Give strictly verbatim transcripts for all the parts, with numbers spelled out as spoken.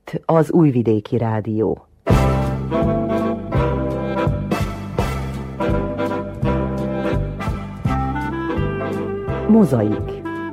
Itt az Újvidéki Rádió. Mozaik.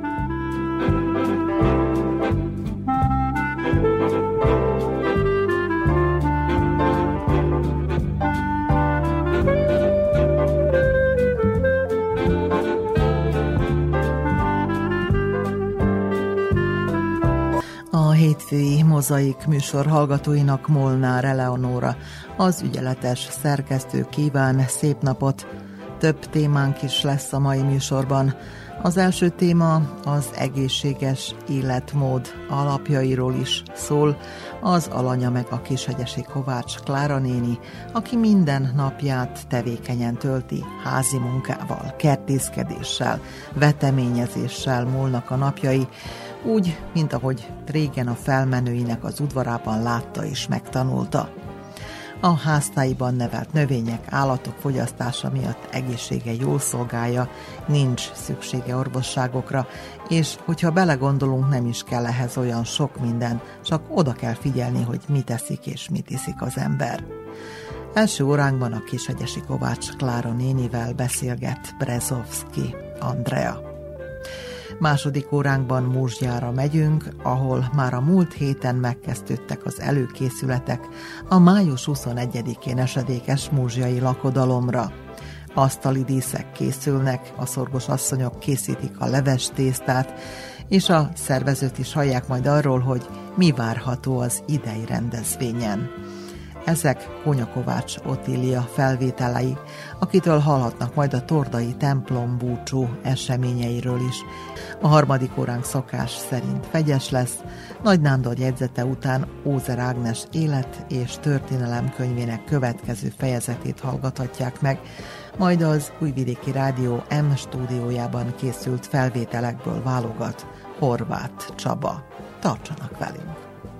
A hétfői Mozaik műsor hallgatóinak Molnár Eleonóra, az ügyeletes szerkesztő kíván szép napot. Több témánk is lesz a mai műsorban. Az első téma az egészséges életmód alapjairól is szól. Az alanya meg a kishegyesi Kovács Klára néni, aki minden napját tevékenyen tölti házi munkával, kertészkedéssel, veteményezéssel múlnak a napjai, úgy, mint ahogy régen a felmenőinek az udvarában látta és megtanulta. A háztáiban nevelt növények, állatok fogyasztása miatt egészsége jól szolgálja, nincs szüksége orvosságokra, és hogyha belegondolunk, nem is kell ehhez olyan sok minden, csak oda kell figyelni, hogy mit eszik és mit iszik az ember. Első óránkban a kishegyesi Kovács Klára nénivel beszélget Brezovszky Andrea. Második óránkban Múzsgyára megyünk, ahol már a múlt héten megkezdődtek az előkészületek a május huszonegyedikén esedékes múzsjai lakodalomra. Asztali díszek készülnek, a szorgos asszonyok készítik a leves tésztát, és a szervezőt is hallják majd arról, hogy mi várható az idei rendezvényen. Ezek Kónya Kovács Otília felvételei, akitől hallhatnak majd a tordai templom búcsú eseményeiről is. A harmadik óránk szokás szerint vegyes lesz, Nagy Nándor jegyzete után Ózer Ágnes élet- és történelem könyvének következő fejezetét hallgathatják meg, majd az Újvidéki Rádió M stúdiójában készült felvételekből válogat Horváth Csaba. Tartsanak velünk!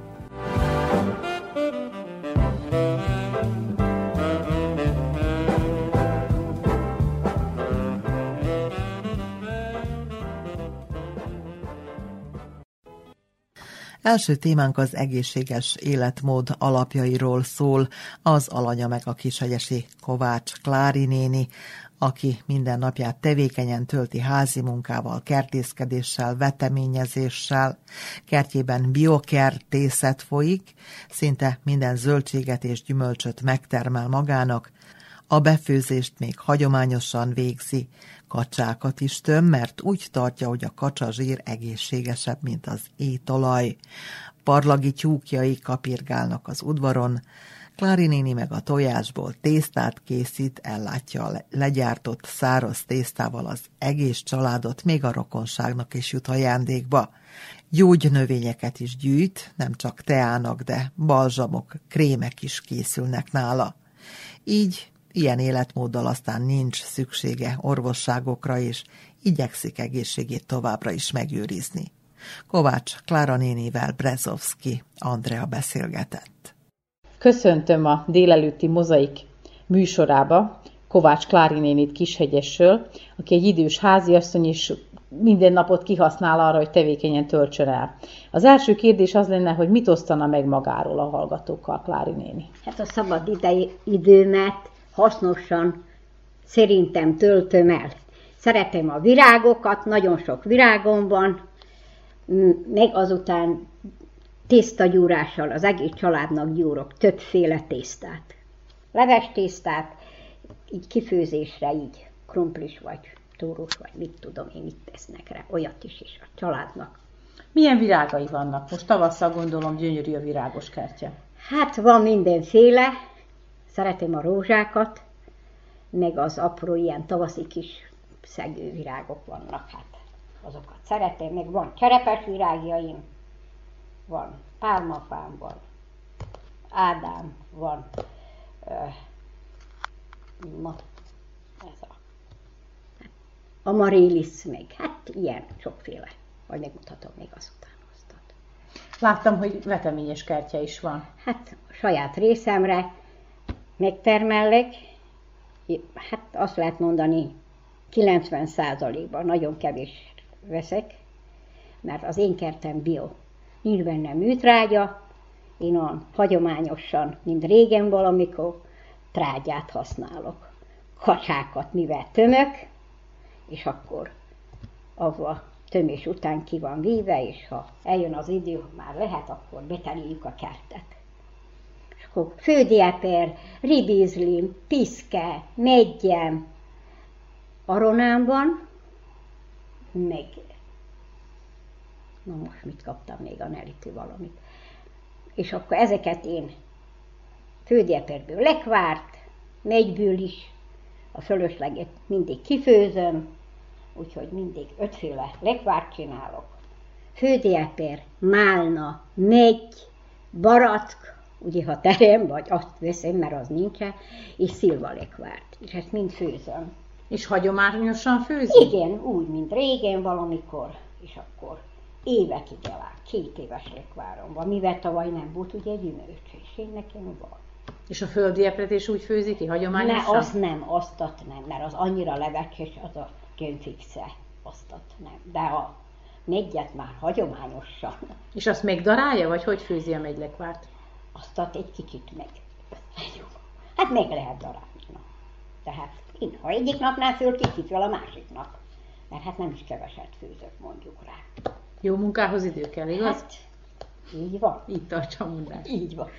Első témánk az egészséges életmód alapjairól szól, az alanya meg a kishegyesi Kovács Klári néni, aki minden napját tevékenyen tölti házi munkával, kertészkedéssel, veteményezéssel. Kertjében biokertészet folyik, szinte minden zöldséget és gyümölcsöt megtermel magának, a befőzést még hagyományosan végzi, kacsákat is töm, mert úgy tartja, hogy a kacsazsír egészségesebb, mint az étolaj. Parlagi tyúkjai kapirgálnak az udvaron, Klári néni meg a tojásból tésztát készít, ellátja a legyártott száraz tésztával az egész családot, még a rokonságnak is jut ajándékba. Gyógynövényeket is gyűjt, nem csak teának, de balzsamok, krémek is készülnek nála. Így ilyen életmóddal aztán nincs szüksége orvosságokra, és igyekszik egészségét továbbra is megőrizni. Kovács Klára nénivel Brezovszky Andrea beszélgetett. Köszöntöm a délelőtti Mozaik műsorába Kovács Klári nénit Kishegyesről, aki egy idős háziasszony, és minden napot kihasznál arra, hogy tevékenyen töltsön el. Az első kérdés az lenne, hogy mit osztana meg magáról a hallgatókkal Klári néni? Hát a szabad idei, időmet hasznosan szerintem töltöm el. Szeretem a virágokat, nagyon sok virágom van, meg azután tésztagyúrással az egész családnak gyúrok többféle tésztát. Leves tésztát, így kifőzésre, így krumplis vagy túrós, vagy mit tudom én, mit tesznek rá, olyat is is a családnak. Milyen virágai vannak? Most tavasszal gondolom gyönyörű a virágos kertje. Hát van mindenféle, szeretem a rózsákat, meg az apró ilyen tavaszi kis szegő virágok vannak, hát azokat szeretem, meg van cserepes virágjaim, van pálmafám, van ádám, van uh, ma, ez a amaryllis, meg hát ilyen sokféle, majd megmutatom még azután aztat. Láttam, hogy veteményes kertje is van. Hát a saját részemre megtermellek, hát azt lehet mondani, kilencven százalékban nagyon kevés veszek, mert az én kertem bio. Nincs benne műtrágya, én olyan hagyományosan, mint régen valamikor, trágyát használok. Kacsákat mivel tömök, és akkor avval tömés után ki van víve, és ha eljön az idő, már lehet, akkor beteljük a kertet. És akkor fődiáper, ribizlim, piszke, meggyem, aronám van, meg, na most mit kaptam még a Nelitől valamit. És akkor ezeket én fődiáperből lekvárt, megyből is, a fölösleget mindig kifőzöm, úgyhogy mindig ötféle lekvárt csinálok. Fődiáper, málna, megy, barack, ugye ha terem, vagy azt veszem, mert az nincsen, és szilvalekvárt. És ezt mind főzöm. És hagyományosan főzik? Igen, úgy, mint régen valamikor, és akkor évekig eláll, két éves lekvárom van, mivel tavaly nem volt ugye gyümölcs, és én nekem van. És a földiepret is úgy főzik ki, hagyományosan? Ne, az nem, aztat nem, mert az annyira levecsés, az a könfixe, aztat nem. De a meggyet már hagyományosan. És azt még darálja, vagy hogy főzi a megylekvárt? Aztat egy kicsit meg. Hát meg lehet darálni. Na. Tehát én, ha egyik napnál föl, kicsit a másiknak. Mert hát nem is keveset főzök, mondjuk rá. Jó munkához idő kell, igaz? Hát, így van. Így tartsa a mondás. Így van.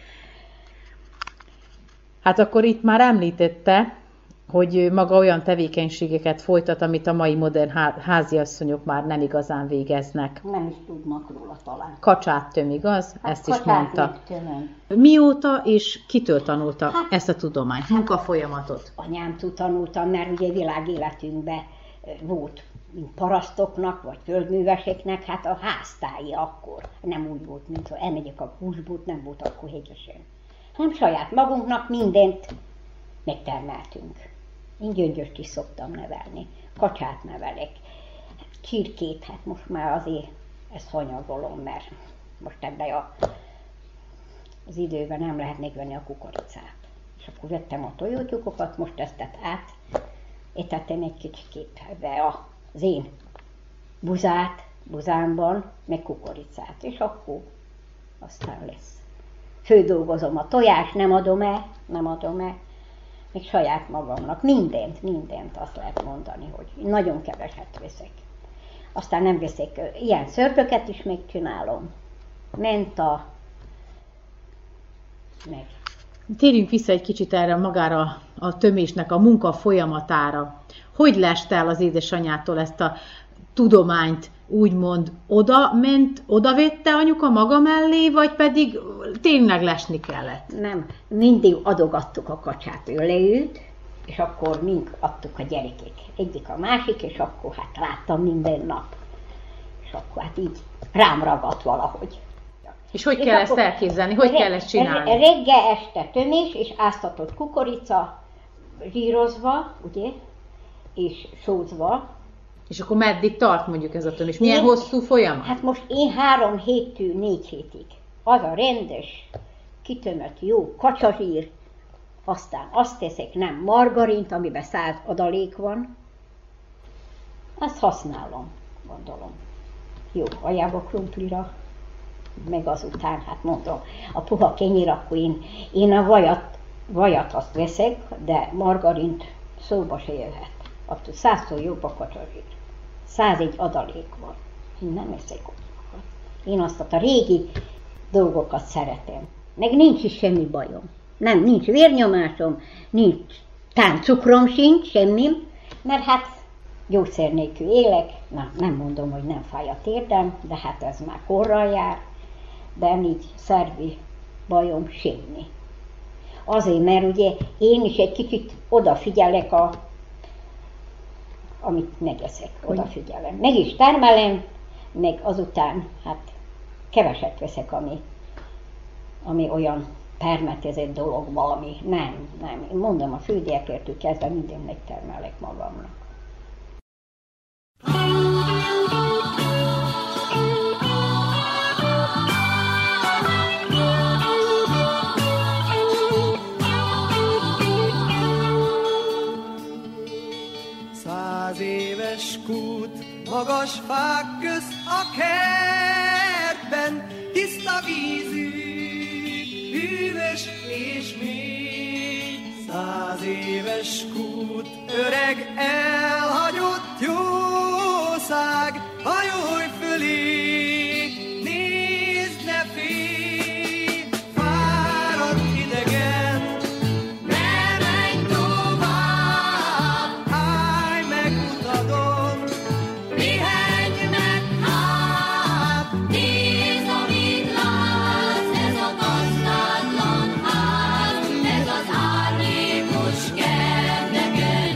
Hát akkor itt már említette, hogy maga olyan tevékenységeket folytat, amit a mai modern háziasszonyok már nem igazán végeznek. Nem is tudnak róla talán. Kacsát töm, igaz? Hát ezt is mondta. Tömöm. Mióta és kitől tanulta hát, ezt a tudományt, munkafolyamatot? Anyámtól tanultam, mert ugye világéletünkben volt, mint parasztoknak, vagy földműveseknek, hát a háztáji akkor. Nem úgy volt, mint ha elmegyek a húsbút, nem volt akkor hegyesen. Nem saját magunknak mindent megtermeltünk. Én gyöngyöst is szoktam nevelni, kacsát nevelek, csirkét, hát most már azért ezt hanyagolom, mert most ebben a, az időben nem lehet még venni a kukoricát. És akkor vettem a tojótyúkokat, most ezt át, etettem egy kicsit ebbe az én buzát, buzámban, meg kukoricát, és akkor aztán lesz. Fődolgozom a tojást, nem adom el, nem adom el, még saját magamnak, mindent, mindent azt lehet mondani, hogy nagyon keveset veszek. Aztán nem veszek, ilyen szörpöket is megcsinálom, menta, meg. Térjünk vissza egy kicsit erre magára a tömésnek, a munka folyamatára. Hogy leste el az édesanyától ezt a tudományt, úgymond oda ment, oda vette anyuka maga mellé, vagy pedig tényleg lesni kellett? Nem, mindig adogattuk a kacsát, ő leült, és akkor mind adtuk a gyerekek. Egyik a másik, és akkor hát láttam minden nap. És akkor hát így rám ragadt valahogy. És hogy és kell ezt elképzelni? Hogy re- kell ezt csinálni? Reggel este tömés, és áztatott kukorica, zsírozva, ugye, és sózva. És akkor meddig tart mondjuk ez a tömés? Milyen én, hosszú folyamat? Hát most én három héttől négy hétig. Az a rendes, kitömött jó kacsazsír, aztán azt teszek, nem margarint, amiben száz adalék van. Azt használom, gondolom. Jó, ajába krumplira, meg azután, hát mondom, a puha kenyér, akkor én, én a vajat, vajat azt veszek, de margarint szóba se jöhet. Attól százszor jobb a kacsazsír. százegy adalék van. Én nem eszek olyanokat. Én azt a régi dolgokat szeretem. Meg nincs is semmi bajom. Nem, nincs vérnyomásom, nincs táncukrom sincs, semmi, mert hát gyógyszer nélkül élek, na, nem mondom, hogy nem fáj a térdem, de hát ez már korral jár, de nincs szervi bajom semmi. Azért, mert ugye én is egy kicsit odafigyelek a amit megeszek, odafigyelem. Meg is termelem, meg azután, hát keveset veszek, ami, ami olyan permetezett dolog valami. Nem, nem. Én mondom, a fődiápertől kezdve mindent megtermelek magamnak. Száz éves kút, magas fák közt a kertben, tiszta vízű széles és mély, száz éves kút, öreg elhagyott jószág, hajolj fölé, nézd, ne félj, fáradt idegen, ne menj tovább, állj meg utadon, pihenj meg hát, nézd, amit látsz, ez a gazdátlan ház, ez az árnyékos kedvegen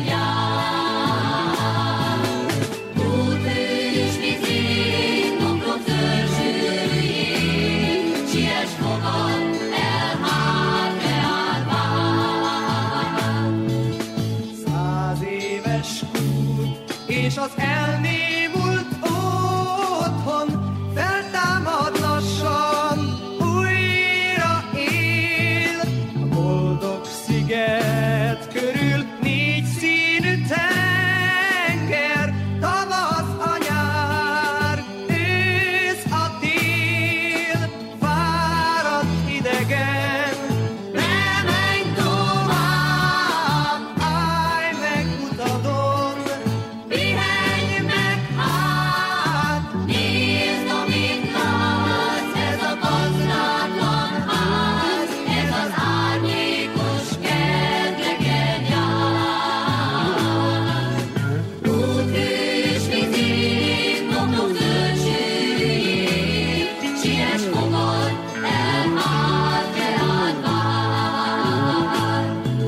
jár. Útős vizén, homlok zöldsőjén, siess fogad el, hát reád vár. Száz éves kút, és az elnémult otthon feltámad lassan, újra él. A boldog sziget körül négy színű tenger, tavasz a nyár, ősz a tél, fáradt idegen, ne menj tovább, állj meg utadon, pihenj meg hát, nézd, amit látsz, ez a gazdátlan ház, ez az árnyékos kedvegen jár. Útős vizén, homlok zöldsőjén, siess fogad el, hát reád vár.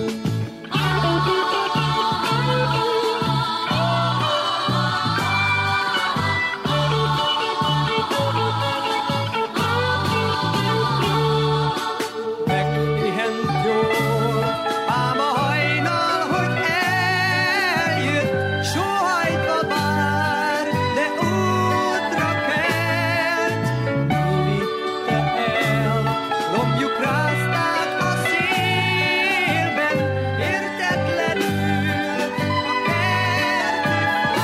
Megpihent jól, ám a hajnal, hogy eljött, sóhajtva vár, de útra kelt. Vitte el, lombjuk rázták a szélben, értetlenül a kerti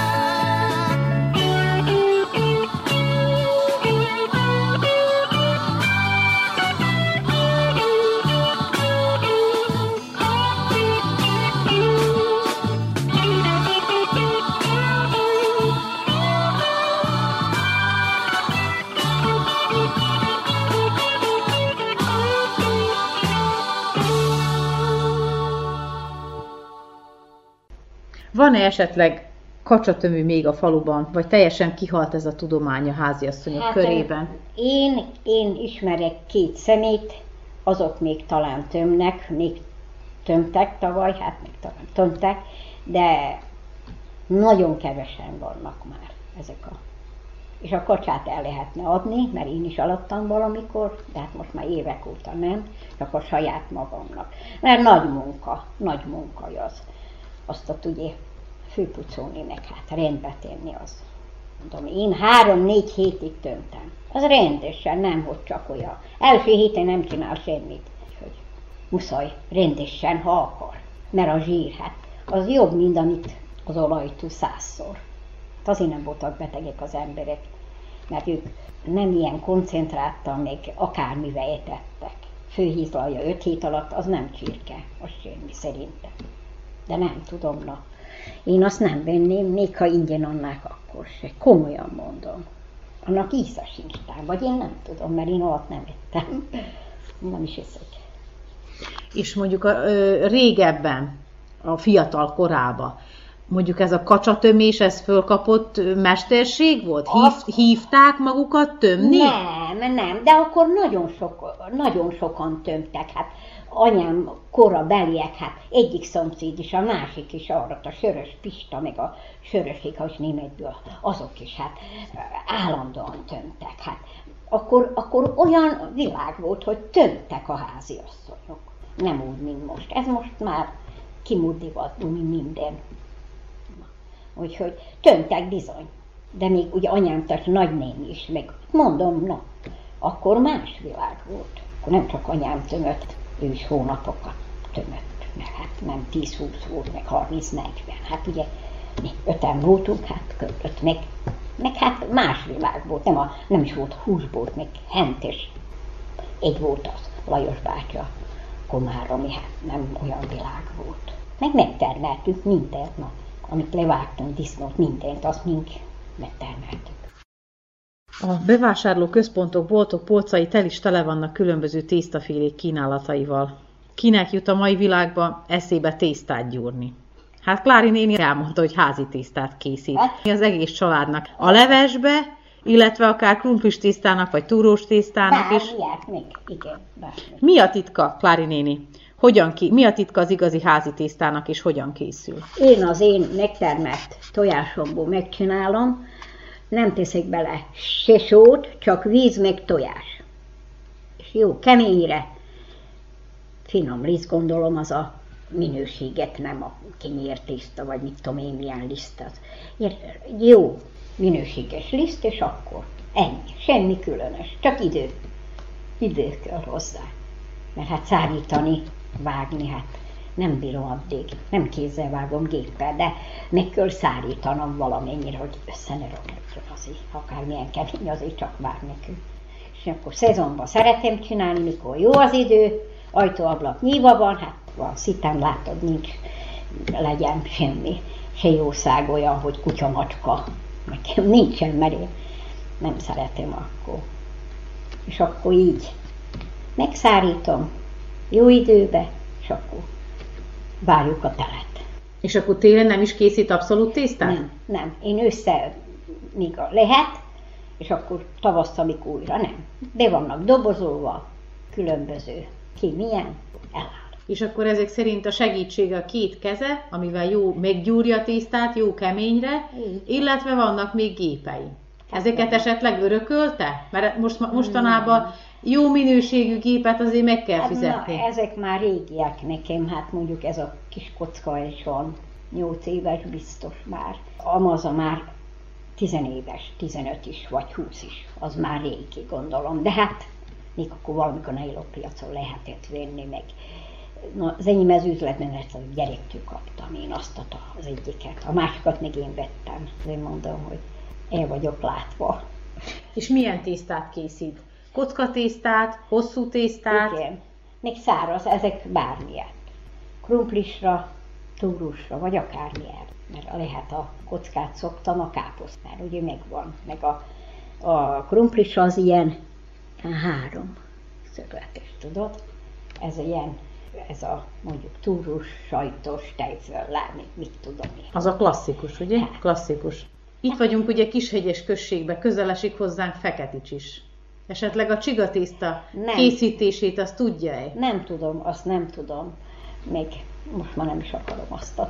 Van-e esetleg kacsatömű még a faluban, vagy teljesen kihalt ez a tudomány a háziasszonyok Hát, körében? Én, én ismerek két szemét, azok még talán tömnek, még tömtek tavaly, hát még talán tömtek, de nagyon kevesen vannak már ezek a... És a kacsát el lehetne adni, mert én is alattam valamikor, de hát most már évek óta nem, csak a saját magamnak. Mert nagy munka, nagy munka az. Azt a tudja főpucolni meg, hát rendbe tenni az. Mondom, én három-négy hétig tömtem. Az rendesen, nem hogy csak olyan. Első héten nem csinál semmit. Hogy muszáj rendesen, ha akar. Mert a zsír, hát az jobb, mint amit az olajtú százszor. Azért nem voltak betegek az emberek, mert ők nem ilyen koncentráltan, még akármivel etettek. Főhízlalja öt hét alatt, az nem csirke, az semmi szerintem. De nem tudom, na. Én azt nem venném, még ha ingyen annák akkor se. Komolyan mondom. Annak íze sincs tám, vagy én nem tudom, mert én alatt nem ettem. Nem is eszek. És mondjuk a, ö, régebben, a fiatal korában, mondjuk ez a kacsatömés, ez fölkapott mesterség volt? Hív, hívták magukat tömni? Nem, nem, de akkor nagyon, sok, nagyon sokan tömtek. Hát anyám korabeliek, hát egyik szomszéd is, a másik is arra, a Sörös Pista, meg a Sörös Hikhaus németből, azok is hát állandóan tömtek. Hát akkor, akkor olyan világ volt, hogy tömtek a háziasszonyok. Nem úgy, mint most. Ez most már kimuddivattú, mint minden. Úgyhogy tömtek bizony. De még ugye anyám, tehát nagynéni is, meg mondom, na, akkor más világ volt. Akkor nem csak anyám tömött, ő is hónapokat tömött, mert hát nem tíz-húsz volt, meg harminc-negyven. Hát ugye mi öten voltunk, hát kötött meg, meg hát más világ volt, nem, a, nem is volt húsbolt, meg hentes. Egy volt az, Lajos bátya, komáromi, hát nem olyan világ volt. Meg megtermeltük mindent, na, amit levágtunk, disznót, mindent, azt mink megtermeltük. A bevásárló központok, boltok polcai tel is tele vannak különböző tésztafélék kínálataival. Kinek jut a mai világban eszébe tésztát gyúrni? Hát Klári néni elmondta, hogy házi tésztát készít. Az egész családnak a levesbe, illetve akár krumplis tésztának, vagy túrós tésztának is. Bármilyet, még, igen, bármi. Mi a titka, Klári néni? Hogyan ki, mi a titka az igazi házi tésztának, és hogyan készül? Én az én megtermelt tojásomból megcsinálom, nem teszek bele se sót, csak víz meg tojás. És jó, keményre, finom liszt, gondolom, az a minőséget, nem a kenyér tészta, vagy mit tudom én, milyen liszt az. Jó, minőséges liszt, és akkor ennyi, semmi különös, csak idő, idő kell hozzá. Mert hát szárítani, vágni, hát nem bírom addig, nem kézzel vágom, géppel, de meg kell szárítanom valamennyire, hogy össze ne romlott azért, akármilyen kemény, azért csak várni kell. És akkor szezonban szeretem csinálni, mikor jó az idő, ajtó-ablak nyíva van, hát van szitán, látod, nincs, legyen semmi, se jószág olyan, hogy kutya-macska, nekem nincsen, mert én nem szeretem akkor. És akkor így megszárítom, jó időbe, és akkor várjuk a telet. És akkor télen nem is készít abszolút tésztát? Nem, nem. Én ősszel még lehet, és akkor tavasszal, amikor újra nem. Be vannak dobozolva, különböző. Ki milyen, eláll. És akkor ezek szerint a segítsége a két keze, amivel jó meggyúrja a tésztát, jó keményre, így. Illetve vannak még gépei. Ezeket esetleg örökölte? Mert most, mostanában jó minőségű gépet azért meg kell fizetni. Na, ezek már régiek nekem, hát mondjuk ez a kis kocka is van, nyolc éves biztos már. Amaza már tizenéves, tizenöt is, vagy húsz is, az már régi, gondolom. De hát még akkor valamikor náló piacon lehetett venni, meg na, az enyém az üzletben ezt a gyerektől kaptam én azt az egyiket, a másikat meg én vettem. Én mondom, hogy el vagyok látva. És milyen tésztát készít? Kockatésztát, hosszú tésztát? Igen, még száraz, ezek bármilyen. Krumplisra, túrusra, vagy akármilyen. Mert lehet a kockát szoktam, a káposztán, ugye megvan. Meg a, a krumplis az ilyen három szögletes, tudod? Ez ilyen, ez a mondjuk túrus, sajtos, tejföllel, mit tudom én. Az a klasszikus, ugye? Hát. Klasszikus. Itt vagyunk ugye Kishegyes községben, közel esik hozzánk Feketics is. Esetleg a csigatészta nem. készítését azt tudja-e? Nem tudom, azt nem tudom. Még most már nem is akarom azt,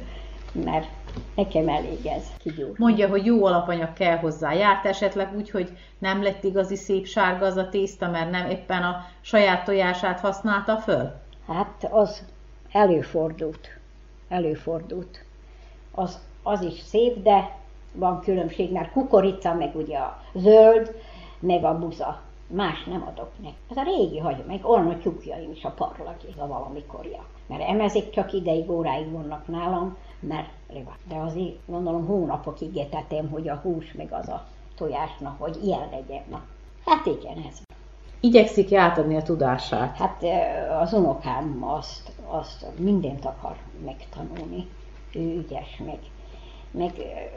mert nekem elég ez kigyúrni. Mondja, hogy jó alapanyag kell hozzá. Járt esetleg úgy, hogy nem lett igazi szép sárga az a tészta, mert nem éppen a saját tojását használta föl? Hát az előfordult. Előfordult. Az, az is szép, de van különbség, mert kukorica, meg ugye a zöld, meg a buza. Más nem adok neki. Ez a régi hagyom, meg olyan a tyúkjaim is a parlagi, a valamikorja. Mert emezik csak ideig, óráig vannak nálam, mert de azért gondolom hónapokig etetem, hogy a hús meg az a tojásnak, hogy ilyen legyen. Na, hát igen, ez. Igyekszik átadni a tudását? Hát az unokám azt, azt mindent akar megtanulni. Ő ügyes, meg, meg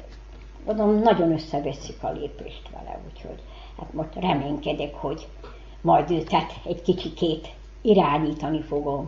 mondom, nagyon összeveszik a lépést vele, úgyhogy hát most reménykedek, hogy majd őt hát egy kicsikét irányítani fogom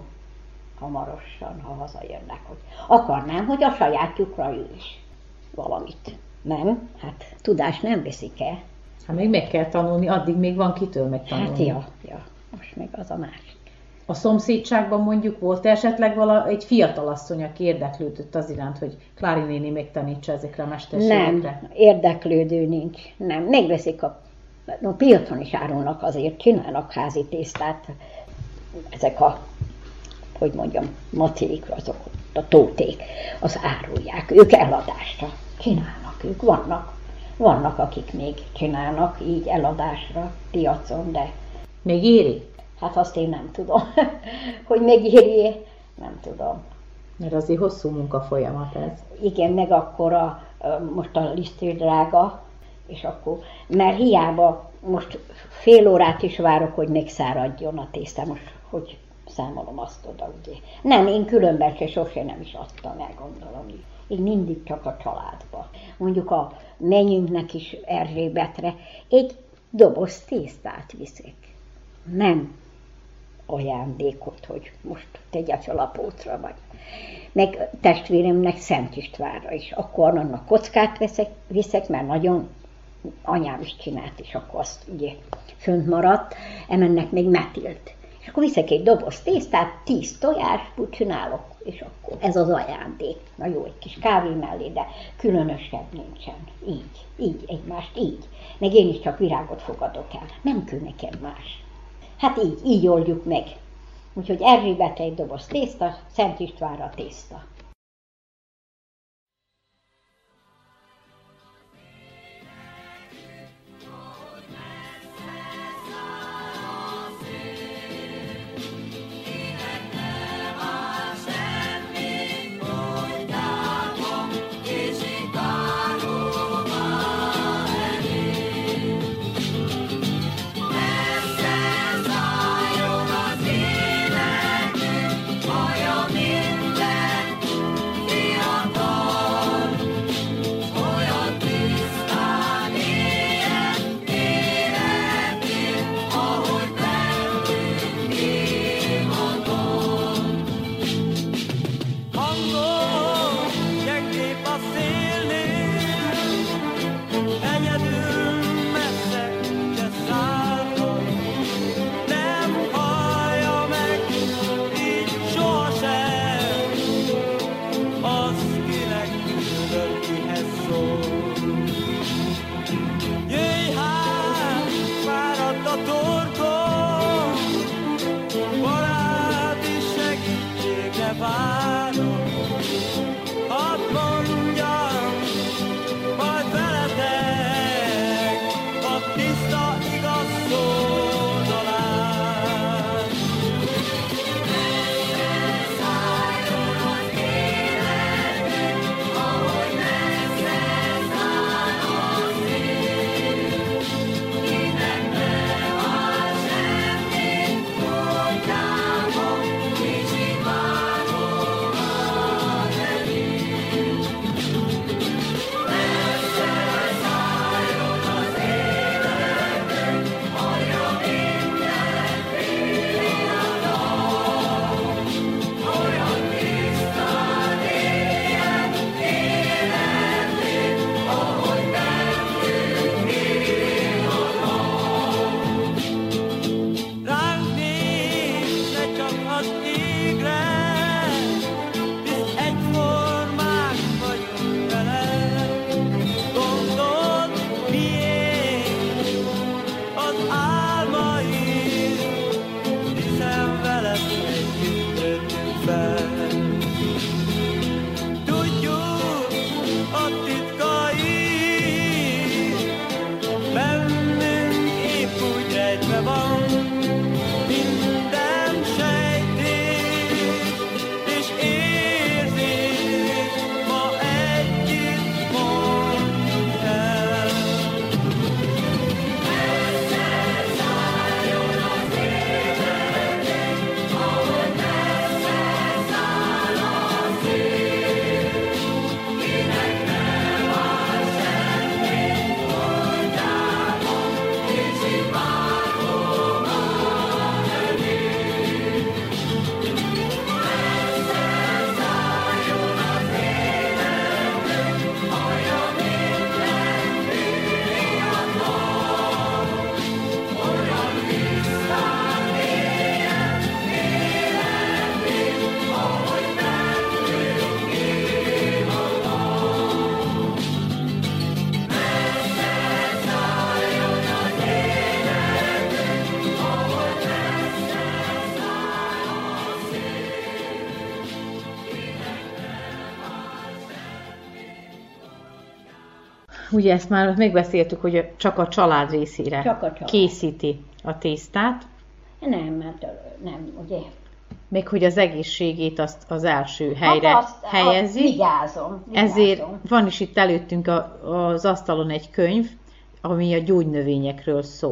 hamarosan, ha hazajönnek, hogy akarnám, hogy a sajátjukra ő is valamit. Nem? Hát tudás nem veszik el. Hát még meg kell tanulni, addig még van kitől megtanulni. Hát ja, ja, most meg az a másik. A szomszédságban mondjuk volt esetleg vala egy fiatalasszony, aki érdeklődött az iránt, hogy Klári néni megtanítsa ezekre a mesterségekre? Nem, érdeklődő nincs. Nem, megveszik a, a piacon is árulnak, azért csinálnak házi tésztát. Ezek a, hogy mondjam, macék, azok a tóték, az árulják. Ők eladásra csinálnak, ők vannak. Vannak, akik még csinálnak így eladásra piacon, de... Még éri? Hát azt én nem tudom, hogy megéri, nem tudom. Mert azért hosszú munka folyamat ez. Igen, meg akkor a, most a liszt drága, és akkor, mert hiába most fél órát is várok, hogy megszáradjon a tészta, most hogy számolom azt oda, ugye. Nem, én különben se sose nem is adtam el, gondolom. Én mindig csak a családba. Mondjuk a mennyünknek is Erzsébetre egy doboz tésztát viszek. Nem ajándékot, hogy most tegyek a lapótra, vagy. Meg testvéremnek Szent Istvánra is. Akkor annak kockát veszek, viszek, mert nagyon anyám is csinált, és akkor azt ugye fönt maradt, emennek még Metilt. És akkor viszek egy doboz tésztát, tíz tojást úgy csinálok, és akkor ez az ajándék. Na jó, egy kis kávé mellé, de különösebb nincsen. Így, így, egymást így. Meg én is csak virágot fogadok el. Nem kell nekem más. Hát így, így oldjuk meg. Úgyhogy Erzsébetre egy doboz tészta, Szent Istvánra tészta. Ugye ezt már megbeszéltük, hogy csak a család részére Csak a család. készíti a tésztát. Nem, mert nem, ugye. Még hogy az egészségét azt az első helyre Hát azt, helyezi. Azt vigyázom, vigyázom. Ezért van is itt előttünk a, az asztalon egy könyv, ami a gyógynövényekről szól.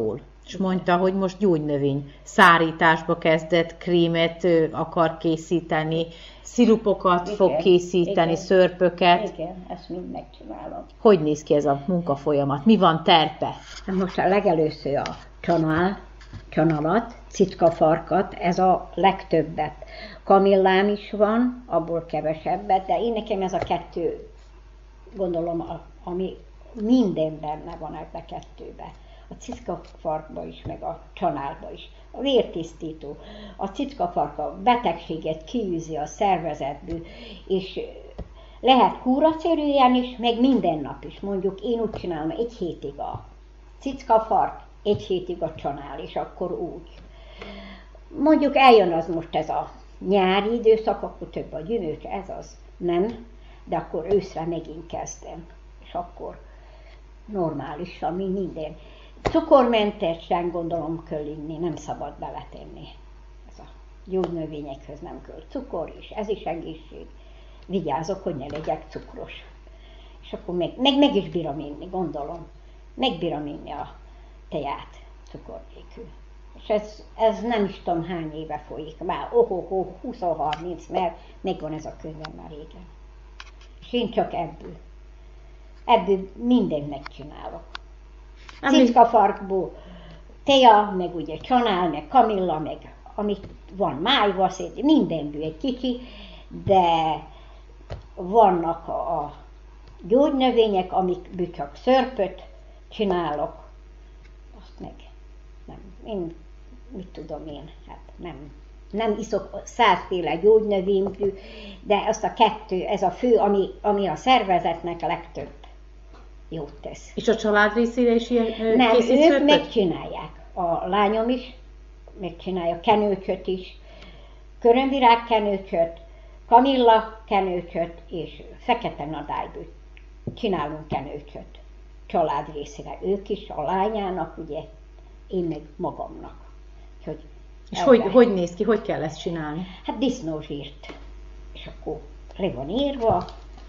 És mondta, hogy most gyógynövény szárításba kezdett, krémet ö, akar készíteni, szirupokat Igen, fog készíteni, igen. szörpöket. Igen, ezt mind megcsinálom. Hogy néz ki ez a munkafolyamat? Mi van terpe? Hát most a legelőször a csanál, csanalat, cickafarkat, ez a legtöbbet. Kamillám is van, abból kevesebbet, de én nekem ez a kettő, gondolom, a, ami minden benne van ebbe a kettőbe. A cickafarkba is, meg a csanálba is. A vértisztító. A cickafark a betegséget kiűzi a szervezetből, és lehet kúraszerűen is, meg minden nap is. Mondjuk én úgy csinálom, egy hétig a cickafark, egy hétig a csanál, és akkor úgy. Mondjuk eljön az most ez a nyári időszak, akkor több a gyümölcs, ez az nem, de akkor őszre megint kezdem, és akkor normálisan, mi minden. Cukormentesen gondolom kell inni, nem szabad beletenni. Ez a gyógynövényekhez nem kell cukor is, ez is egészség. Vigyázok, hogy ne legyek cukros. És akkor meg, meg, meg is bírom inni, gondolom. Megbírom inni a teját cukor nélkül. És ez, ez nem is tudom hány éve folyik, már ohoho, húsz-harminc, mert megvan ez a könyvem már régen. És én csak ebből, ebből mindent megcsinálok. Cickafarkból teja, meg ugye csanál, meg kamilla, meg amit van májva, szét, mindenből egy kicsi, de vannak a, a gyógynövények, amikből csak szörpöt csinálok, azt meg nem, én mit tudom én, hát nem, nem iszok százféle gyógynövényből, de azt a kettő, ez a fő, ami, ami a szervezetnek a legtöbb jót tesz. És a család részére is ilyen ö, Nem, készít ők szörpöt? megcsinálják. A lányom is megcsinálja, kenőcsöt is, körömvirág kenőcsöt, kamilla kenőcsöt és fekete nadályból csinálunk kenőcsöt. Család részére ők is, a lányának, ugye, én meg magamnak. Hogy És hogy, hogy néz ki, hogy kell ezt csinálni? Hát disznózsírt. És akkor le van írva,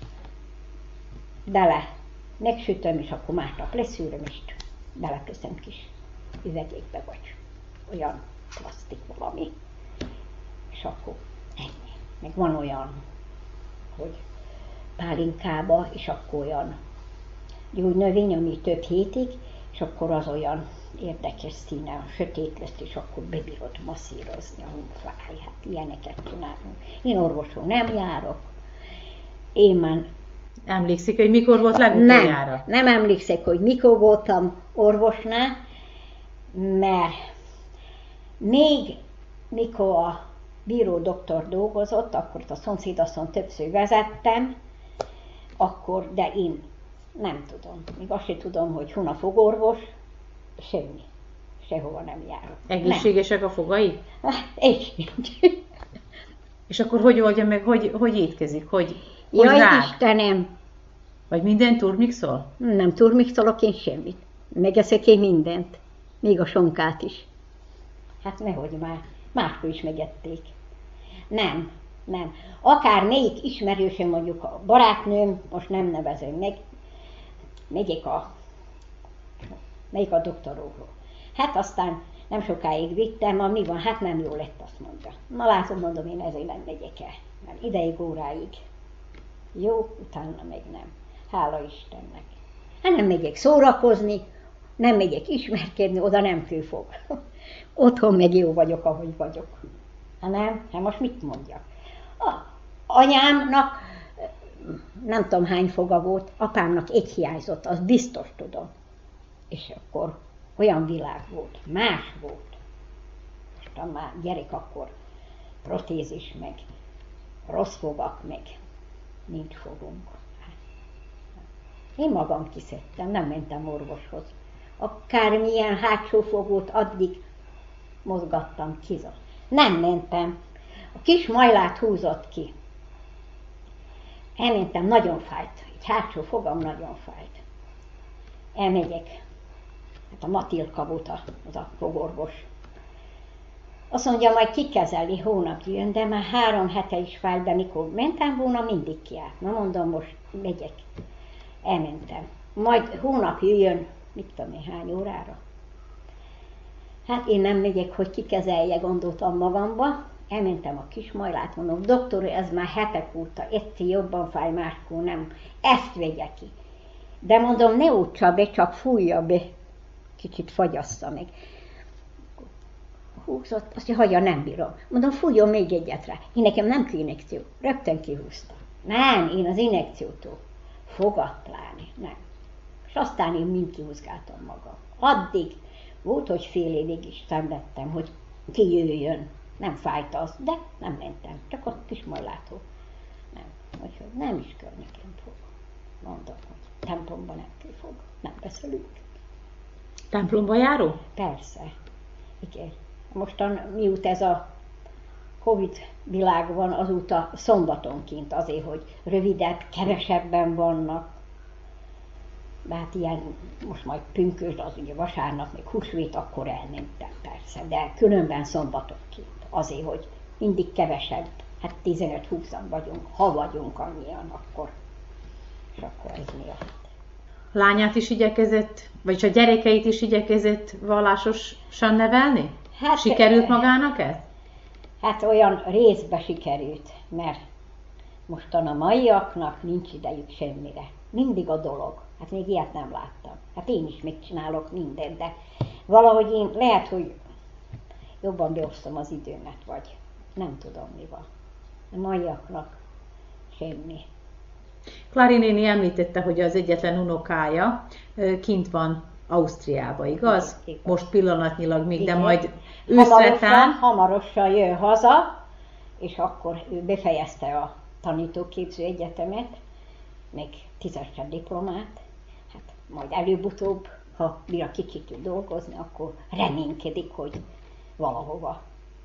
bele megsütöm, és akkor másnap leszűröm, és beleköszöm kis üvegékbe, vagy olyan plastik valami. És akkor ennyi. Meg van olyan, hogy pálinkába, és akkor olyan gyógynövény, ami több hétig, és akkor az olyan érdekes színe, sötét lesz, és akkor bebírod masszírozni, ahol fáj. Hát ilyeneket csinálunk. Én orvoson nem járok. Én már Emlékszik, hogy mikor volt legutoljára? nem, nem emlékszek, hogy mikor voltam orvosnál, mert még mikor a bíró doktor dolgozott, akkor a szomszédasszony többször vezettem, akkor, de én nem tudom. Még azt sem tudom, hogy hon a fogorvos, semmi. Sehova nem járok. Egészségesek a fogai? Nem. Egy sincs. És akkor hogy oldja meg, hogy, hogy étkezik, hogy, hogy Jaj, rág? Istenem! Vagy minden turmixol? Nem turmixolok én semmit. Megeszek én mindent. Még a sonkát is. Hát nehogy már. Máskor is megették. Nem, nem. Akár melyik ismerősöm, mondjuk a barátnőm, most nem nevezem meg, megyek a, melyik a doktorokról. Hát aztán nem sokáig vittem, ma mi van, hát nem jó lett, azt mondja. Na látom, mondom, én ezért nem megyek el, mert ideig, óráig. Jó, utána meg nem. Hála Istennek. Hát nem megyek szórakozni, nem megyek ismerkedni, oda nem főfog. Otthon meg jó vagyok, ahogy vagyok. Ha nem, hát most mit mondjak? A anyámnak nem tudom hány foga volt, apámnak egy hiányzott, az biztos tudom. És akkor olyan világ volt, más volt. Most már gyerek akkor protézis, meg rossz fogak, meg nincs fogunk. Én magam kiszedtem, nem mentem orvoshoz. Akármilyen hátsó fogót addig mozgattam, kizott. Nem mentem. A kis majlát húzott ki. Elmentem, nagyon fájt. Egy hátsó fogam nagyon fájt. Elmegyek. Hát a Matilka volt az a fogorvos. Azt mondja, majd kikezeli, hónap jön, de már három hete is fájt, de mikor mentem volna, mindig kiállt. Na mondom, most megyek. Elmentem. Majd hónap jön, mit tudom én, hány órára. Hát én nem megyek, hogy kikezelje, gondoltam magamba. Elmentem a Kismajlát, mondom, doktor, ez már hetek óta, egyszer jobban fáj, máskor nem, ezt vegye ki. De mondom, ne útsa be, csak fújja be, kicsit fagyassza meg. Húzott, azt mondja, hagyja, nem bírom. Mondom, fújjon még egyet rá. Én nekem nem kell injekció. Rögtön kihúzta. Nem, én az injekciótól. Fogatláni, nem. És aztán én mind kihúzgáltam magam. Addig volt, hogy fél évig is szenvedtem, hogy kijöjjön. Nem fájt az, de nem mentem. Csak a Kismajlától. Nem. Úgyhogy nem is kell nekem fog. Mondom, hogy templomban nem kell fog. Nem beszélünk. Templomba járó? Persze. Igen. Mostan mióta ez a Covid világ van, azóta szombatonként azért, hogy rövidebb, kevesebben vannak. De hát ilyen, most majd pünkösd, az ugye vasárnap, még húsvét, akkor elmentem persze. De különben szombatonként azért, hogy mindig kevesebb, hát tizenöt-húszan vagyunk, ha vagyunk annyian, akkor, és akkor ez miatt. A lányát is igyekezett, vagyis a gyerekeit is igyekezett vallásosan nevelni? Hát, Sikerült magának ez? Hát olyan részbe sikerült, mert mostan a maiaknak nincs idejük semmire. Mindig a dolog. Hát még ilyet nem láttam. Hát én is megcsinálok mindent, de valahogy én lehet, hogy jobban beosztom az időmet, vagy nem tudom mi van. A maiaknak semmi. Klári néni említette, hogy az egyetlen unokája kint van Ausztriába, igaz? Igen, igaz. Most pillanatnyilag még, Igen. de majd őszretán. Hamarosan jön haza, és akkor ő befejezte a tanítóképző egyetemet, meg tízesre diplomát. Hát majd előbb-utóbb, ha bír kicsit tud dolgozni, akkor reménykedik, hogy valahova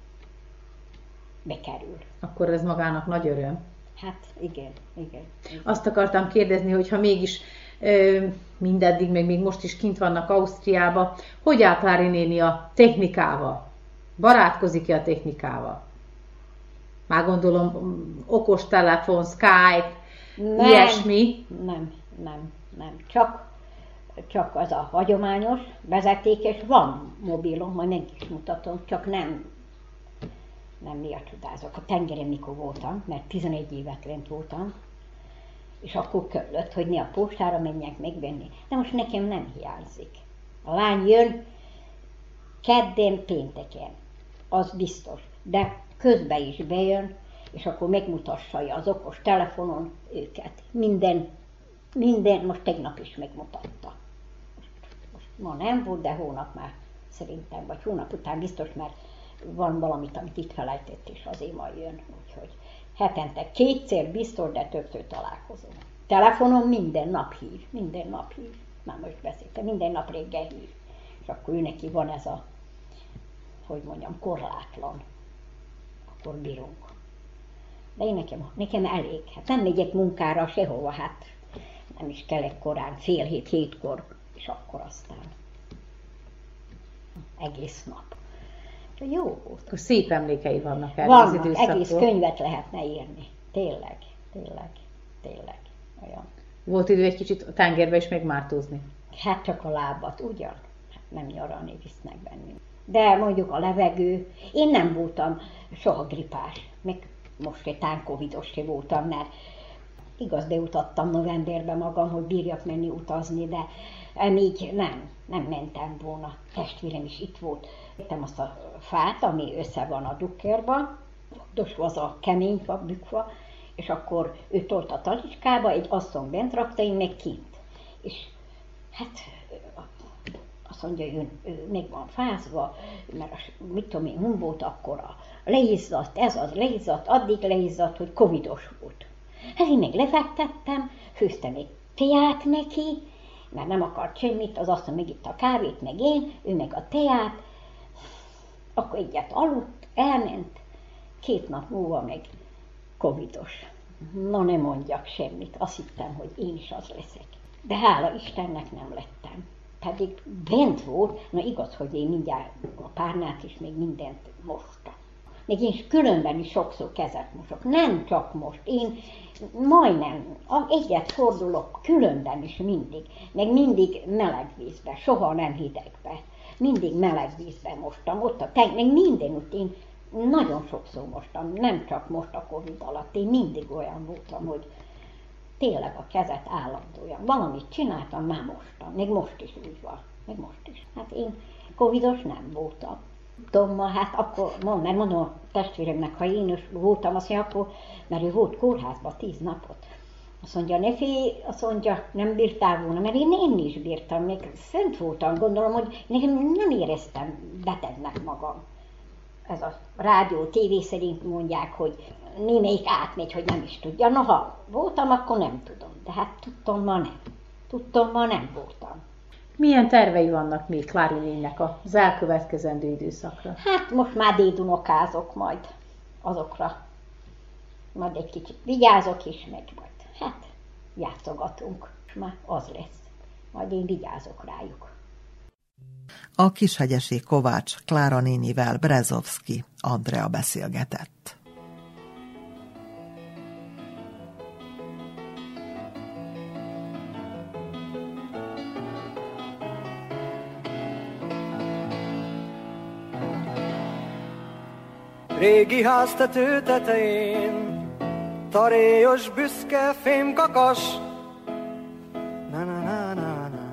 bekerül. Akkor ez magának nagy öröm. Hát igen, igen. igen. Azt akartam kérdezni, hogy ha mégis ö, mindeddig, meg még most is kint vannak Ausztriába, hogy áll Klári néni a technikával? Barátkozik-e a technikával? Már gondolom okostelefon, Skype, Nem, ilyesmi. Nem, nem, nem. Csak, csak az a hagyományos, vezetékes, van mobilom, majd meg is mutatom, csak nem, nem miatt csodázok. A tengeren mikor voltam, mert tizenegy évet lent voltam, és akkor kellett, hogy ne a postára menjek megvenni. De most nekem nem hiányzik. A lány jön kedden, pénteken, az biztos, de közben is bejön, és akkor megmutassa az okos telefonon őket. Minden, minden, most tegnap is megmutatta. Most, most ma nem volt, de hónap már szerintem, vagy hónap után biztos, mert van valamit, amit itt felejtett, és azért majd jön. Úgyhogy hetente kétszer biztos, de többször találkozom. Telefonon minden nap hív, minden nap hív. Már most beszéltem, minden nap reggel hív. És akkor ő neki van ez a, hogy mondjam, korlátlan. Akkor bírunk. De én nekem, nekem elég. Hát nem megyek munkára sehova, hát nem is kellek korán, fél hét, hétkor, és akkor aztán egész nap. Jó volt. Akkor szép emlékei vannak erről az Vannak, időszakról. egész könyvet lehetne írni. Tényleg, tényleg, tényleg. Olyan. Volt idő egy kicsit a tengerbe is megmártózni. Hát csak a lábat, ugyan? Hát nem nyaralni visznek bennünk. De mondjuk a levegő, én nem voltam soha gripás, még most egy tán covidos se voltam, mert igaz, beutattam novemberben magam, hogy bírjak menni utazni, de még nem, nem mentem volna. Testvérem is itt volt. Vettem azt a fát, ami össze van a dukkerba, dosva az a kemény fa, bükfa, és akkor ő tolt a talicskába, egy asszony bent rakta, én meg kint. És hát azt mondja, ő, ő meg van fázva, mert a, mit tudom én, hun volt akkor a leizzadt, ez az leizzadt, addig leizzadt, hogy covidos volt. Hát én meg lefektettem, főztem egy teát neki, mert nem akart semmit, az asszony megitta a kávét, meg én, ő meg a teát, akkor egyet aludt, elment, két nap múlva meg covidos. Na ne mondjak semmit, azt hittem, hogy én is az leszek. De hála Istennek nem lettem. Pedig bent volt, na igaz, hogy én mindjárt a párnát is még mindent mostam. Még én is különben is sokszor kezet mosok, nem csak most, én majdnem egyet fordulok különben is mindig, meg mindig meleg vízbe, soha nem hidegbe. mindig meleg vízben mostam, ott a tej, meg mindenütt én nagyon sokszor mostam, nem csak most a Covid alatt, én mindig olyan voltam, hogy tényleg a kezet állandóan. Valamit csináltam, már mostam, még most is úgy van, még most is. Hát én covidos nem voltam. Tudom, hát akkor, mond, mert mondom a testvéremnek, ha én is voltam, azt mondja, akkor, mert ő volt kórházban tíz napot. Azt mondja, ne félj, azt mondja, nem bírtál volna, mert én, én is bírtam, még fönt voltam, gondolom, hogy nekem nem éreztem betegnek magam. Ez a rádió, tévé szerint mondják, hogy némelyik átmegy, hogy nem is tudja. Na, ha voltam, akkor nem tudom, de hát tudtam, ma nem. Tudtam, ma nem voltam. Milyen tervei vannak még Klári néninek az elkövetkezendő időszakra? Hát most már dédunokázok majd azokra. Majd egy kicsit vigyázok is, meg majd. Hát, játszogatunk. Már az lesz. Majd én vigyázok rájuk. A kishegyesi Kovács Klára nénivel Brezovszky Andrea beszélgetett. Régi háztető tetején, tarélyos, büszke fémkakas. Na, na, na, na, na.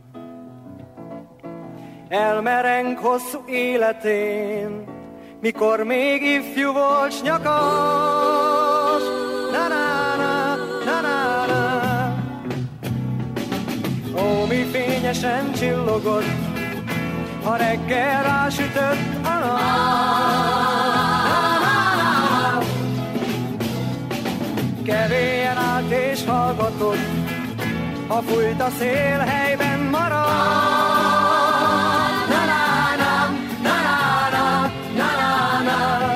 Elmereng hosszú életén, mikor még ifjú volt, s nyakas. Na, na, na, na, na, na. Ó, mi fényesen csillogott, ha reggel rásütött a nap. Kevélyen állt és hallgatott, ha fújt a szél, helyben marad. Na, na, na, na, na, na, na, na.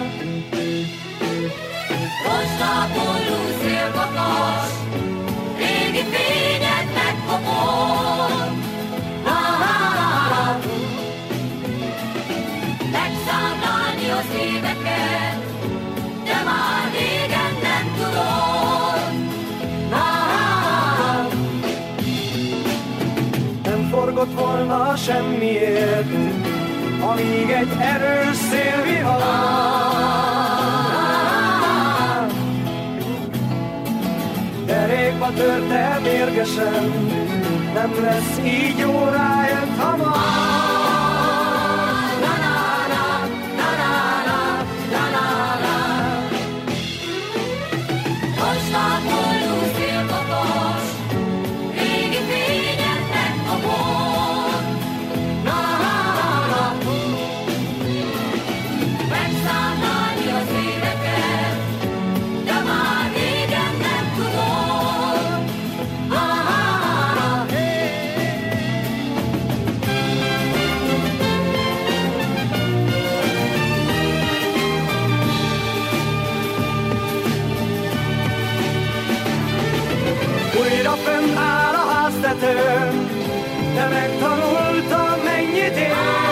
Rostápollú szélkakas, régi fényed megkopott. Na, na, na, megszámlálni az éveket, de már régen nem tudod. Forgott volna semmiért, amíg egy erős szél vihar. Derékba tört el mérgesen, nem lesz így jó, rájött hamar. Újra fönn áll a háztetőn, de megtanultam, mennyit ér.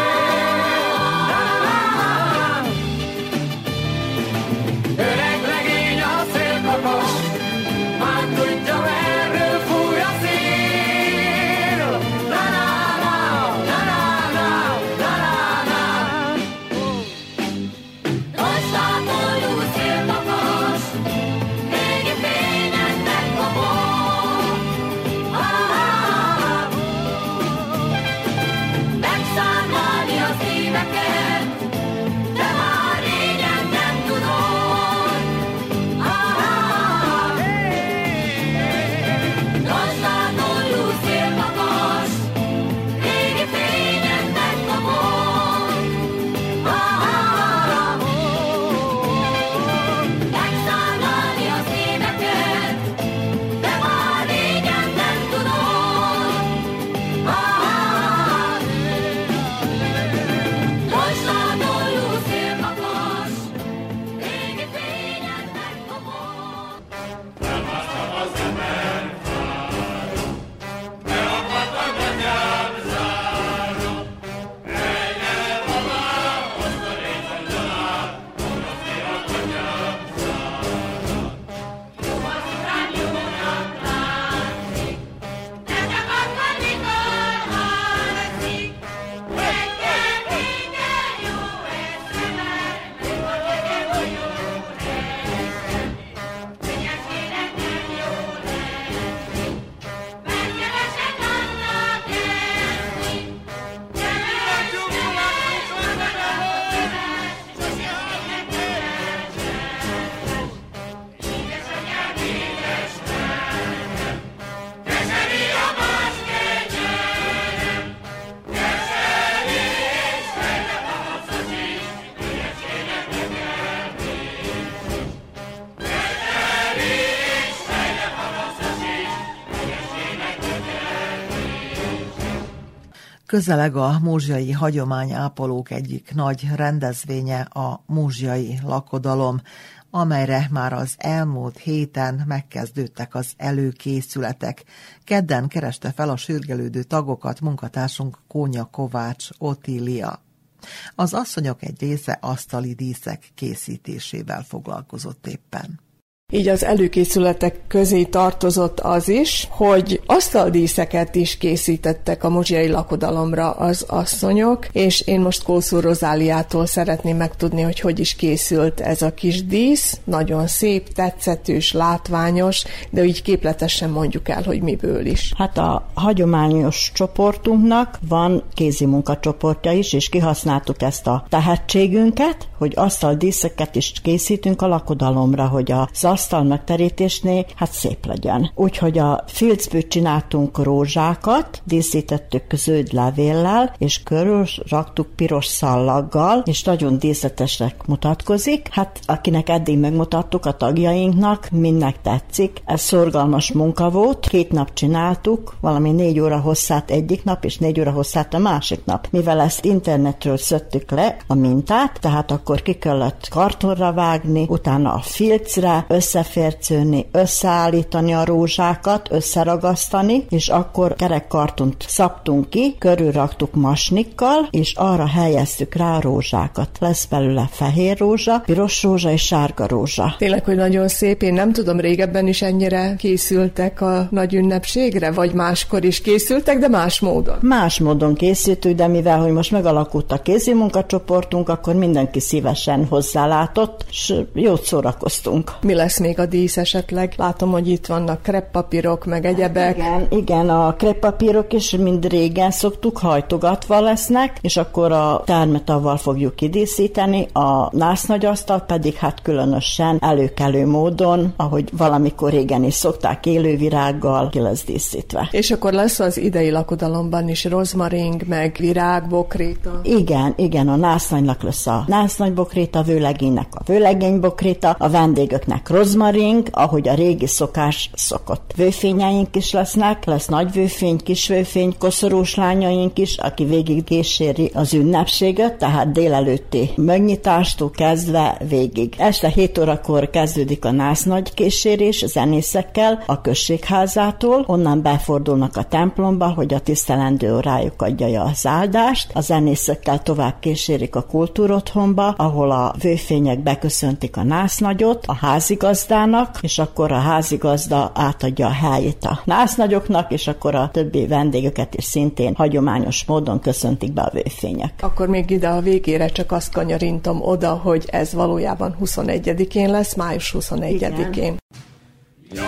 Öreg legény a szélkakas, már tudja, merről fúj a szél. Na, na, na, na, na, na, na, na. Rostápollú szélkakas, régi fényed megkopott. Megszállni Közeleg a múzsiai hagyományápolók egyik nagy rendezvénye, a múzsiai lakodalom, amelyre már az elmúlt héten megkezdődtek az előkészületek. Kedden kereste fel a sürgelődő tagokat munkatársunk Kónya Kovács Otília. Az asszonyok egy része asztali díszek készítésével foglalkozott éppen. Így az előkészületek közé tartozott az is, hogy asztaldíszeket is készítettek a múzsiai lakodalomra az asszonyok, és én most Kószó Rozáliától szeretném megtudni, hogy hogy is készült ez a kis dísz. Nagyon szép, tetszetős, látványos, de így képletesen mondjuk el, hogy miből is. Hát a hagyományos csoportunknak van kézi munkacsoportja is, és kihasználtuk ezt a tehetségünket, hogy asztaldíszeket is készítünk a lakodalomra, hogy az asztal megterítésnél hát szép legyen. Úgyhogy a filcből csináltunk rózsákat, díszítettük zöld levéllel, és körül raktuk piros szallaggal, és nagyon díszletesnek mutatkozik. Hát akinek eddig megmutattuk a tagjainknak, mindnek tetszik. Ez szorgalmas munka volt, két nap csináltuk, valami négy óra hosszát egyik nap, és négy óra hosszát a másik nap. Mivel ezt internetről szedtük le a mintát, tehát akkor ki kellett kartonra vágni, utána a filcre, összefércőni, összeállítani a rózsákat, összeragasztani, és akkor kerekkartont szabtunk ki, körülraktuk masnikkal, és arra helyeztük rá a rózsákat. Lesz belőle fehér rózsa, piros rózsa és sárga rózsa. Tényleg, hogy nagyon szép. Én nem tudom, régebben is ennyire készültek a nagy ünnepségre, vagy máskor is készültek, de más módon. Más módon készültük, de mivel, hogy most megalakult a kézi munkacsoportunk, akkor mindenki szívesen hozzálátott, és jót szórakoztunk. Mi lesz még a dísz esetleg? Látom, hogy itt vannak kreppapírok, meg egyebek. Igen, igen, a kreppapírok is mind régen szoktuk, hajtogatva lesznek, és akkor a termetavval fogjuk kidíszíteni, a násznagyasztal pedig hát különösen előkelő módon, ahogy valamikor régen is szokták, élővirággal ki lesz díszítve. És akkor lesz az idei lakodalomban is rozmaring, meg virág, bokréta? Igen, igen, a násznanynak lesz a násznagybokréta, a vőlegénynek a vőlegénybokréta, a vendégöknek rozmaring, ahogy a régi szokás szokott. Vőfényeink is lesznek, lesz nagy vőfény, kis vőfény, koszorús lányaink is, aki végig kíséri az ünnepséget, tehát délelőtti megnyitástól kezdve végig. Este hét órakor kezdődik a násznagy kísérés zenészekkel a községházától, onnan befordulnak a templomba, hogy a tisztelendő órájuk adja az áldást, a zenészekkel tovább kísérik a kultúrotthonba, ahol a vőfények beköszöntik a násznagyot a házigazdának, és akkor a házigazda átadja a helyét a násznagyoknak, és akkor a többi vendégeket is szintén hagyományos módon köszöntik be a vőfények. Akkor még ide a végére csak azt kanyarintom oda, hogy ez valójában huszonegyedikén lesz, május huszonegyedikén. Igen.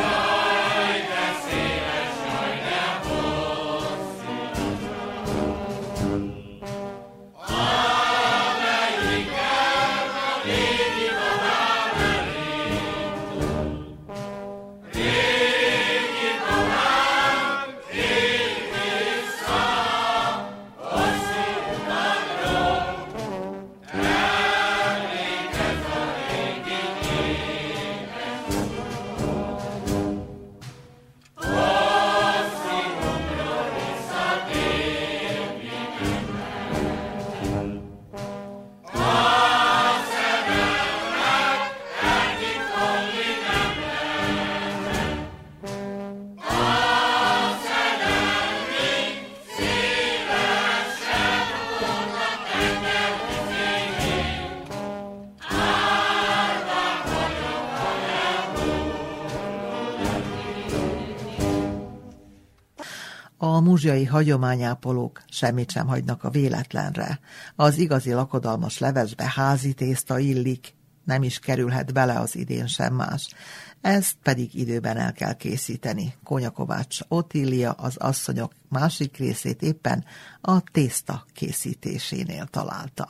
A múzsiai hagyományápolók semmit sem hagynak a véletlenre. Az igazi lakodalmas levesbe házi tészta illik, nem is kerülhet bele az idén sem más. Ezt pedig időben el kell készíteni. Kónya Kovács Otília az asszonyok másik részét éppen a tészta készítésénél találta.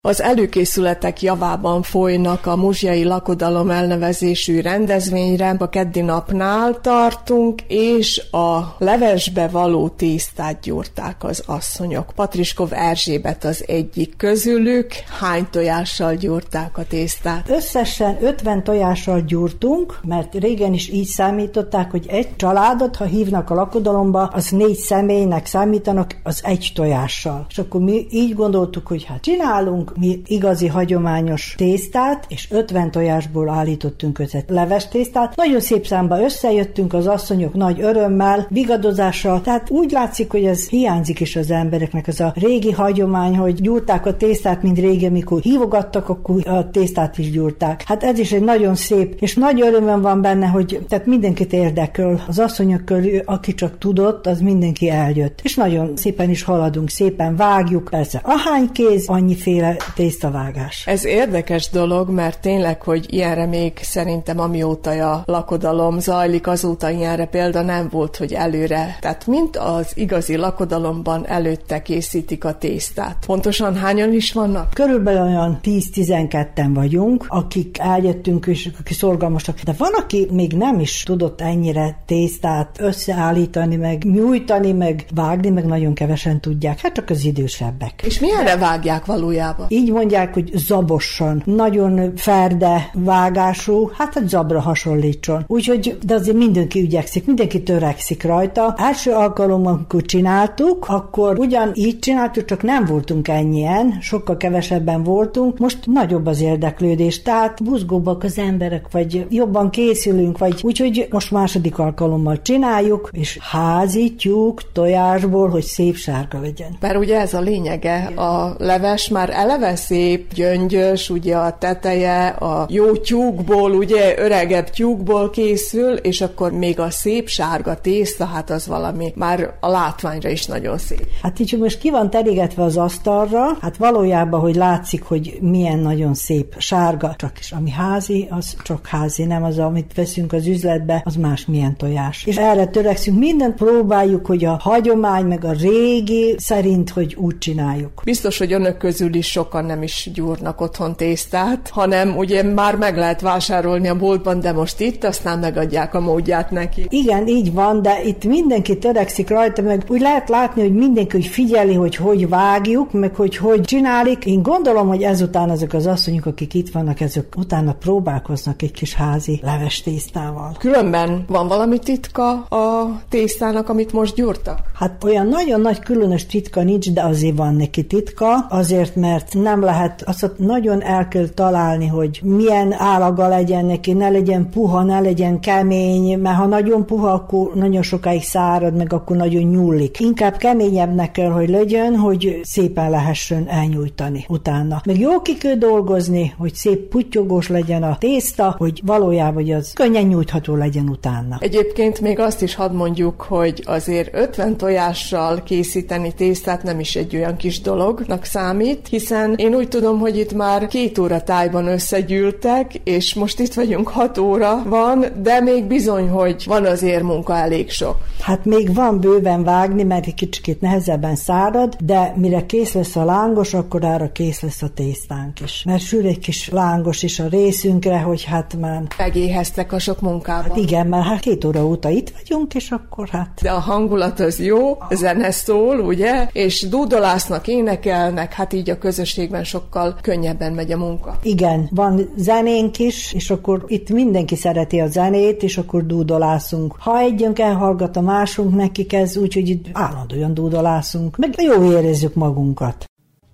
Az előkészületek javában folynak a Muzsiai Lakodalom elnevezésű rendezvényre. A keddi napnál tartunk, és a levesbe való tésztát gyúrták az asszonyok. Patriskov Erzsébet az egyik közülük. Hány tojással gyúrták a tésztát? Összesen ötven tojással gyúrtunk, mert régen is így számították, hogy egy családot, ha hívnak a lakodalomba, az négy személynek számítanak az egy tojással. És akkor mi így gondoltuk, hogy hát csinálunk mi igazi hagyományos tésztát, és ötven tojásból állítottunk össze leves tésztát. Nagyon szép számba összejöttünk az asszonyok nagy örömmel, vigadozással, tehát úgy látszik, hogy ez hiányzik is az embereknek, ez a régi hagyomány, hogy gyúrták a tésztát, mint régen, mikor hívogattak, akkor a tésztát is gyúrták. Hát ez is egy nagyon szép, és nagy örömöm van benne, hogy tehát mindenkit érdekel. Az asszonyok körül, aki csak tudott, az mindenki eljött. És nagyon szépen is haladunk, szépen vágjuk, persze ahány kéz, annyiféle tésztavágás. Ez érdekes dolog, mert tényleg, hogy ilyenre még szerintem amióta a lakodalom zajlik, azóta ilyenre példa nem volt, hogy előre. Tehát mint az igazi lakodalomban előtte készítik a tésztát. Pontosan hányan is vannak? Körülbelül olyan tíz-tizenketten vagyunk, akik eljöttünk, és akik szorgalmasak. De van, aki még nem is tudott ennyire tésztát összeállítani, meg nyújtani, meg vágni, meg nagyon kevesen tudják. Hát csak az idősebbek. És milyenre vágják valójában? Így mondják, hogy zabossan. Nagyon ferde vágású, hát egy zabra hasonlítson. Úgyhogy, de azért mindenki ügyekszik, mindenki törekszik rajta. Első alkalommal, amikor csináltuk, akkor ugyan így csináltuk, csak nem voltunk ennyien, sokkal kevesebben voltunk. Most nagyobb az érdeklődés, tehát buzgóbbak az emberek, vagy jobban készülünk, vagy úgyhogy most második alkalommal csináljuk, és házi tyúk tojásból, hogy szép sárga legyen. Mert ugye ez a lényege, a leves már eleve szép, gyöngyös, ugye a teteje a jó tyúkból, ugye öregebb tyúkból készül, és akkor még a szép sárga tészta, hát az valami már a látványra is nagyon szép. Hát így most ki van terégetve az asztalra, hát valójában, hogy látszik, hogy milyen nagyon szép sárga, csak is ami házi, az csak házi, nem az, amit veszünk az üzletbe, az más milyen tojás. És erre törekszünk, mindent próbáljuk, hogy a hagyomány, meg a régi szerint, hogy úgy csináljuk. Biztos, hogy önök közül is sokan nem is gyúrnak otthon tésztát, hanem ugye már meg lehet vásárolni a boltban, de most itt aztán megadják a módját neki. Igen, így van, de itt mindenki törekszik rajta, meg úgy lehet látni, hogy mindenki hogy figyeli, hogy hogy vágjuk, meg hogy hogy csinálik. Én gondolom, hogy ezután azok az asszonyok, akik itt vannak, ezek utána próbálkoznak egy kis házi leves tésztával. Különben van valami titka a tésztának, amit most gyúrtak? Hát olyan nagyon nagy különös titka nincs, de azért van neki titka, azért, mert nem lehet, azt nagyon el kell találni, hogy milyen állaga legyen neki, ne legyen puha, ne legyen kemény, mert ha nagyon puha, akkor nagyon sokáig szárad, meg akkor nagyon nyúlik. Inkább keményebbnek kell, hogy legyen, hogy szépen lehessen elnyújtani utána. Meg jól ki kell dolgozni, hogy szép puttyogós legyen a tészta, hogy valójában hogy az könnyen nyújtható legyen utána. Egyébként még azt is hadd mondjuk, hogy azért ötven tojással készíteni tésztát nem is egy olyan kis dolognak számít, hiszen én úgy tudom, hogy itt már két óra tájban összegyűltek, és most itt vagyunk, hat óra van, de még bizony, hogy van azért munka elég sok. Hát még van bőven vágni, mert egy kicsit nehezebben szárad, de mire kész lesz a lángos, akkor arra kész lesz a tésztánk is. Mert sül egy kis lángos is a részünkre, hogy hát már... Megéheztek a sok munkában. Hát igen, mert hát két óra óta itt vagyunk, és akkor hát... De a hangulat az jó, zene szól, ugye? És dúdolásznak, énekelnek, hát így a közösségben sokkal könnyebben megy a munka. Igen, van zenénk is, és akkor itt mindenki szereti a zenét, és akkor dúdolászunk. Ha együnk elhallgat a másunk, nekik ez úgy, hogy itt állandóan dúdolászunk, meg jó érezzük magunkat.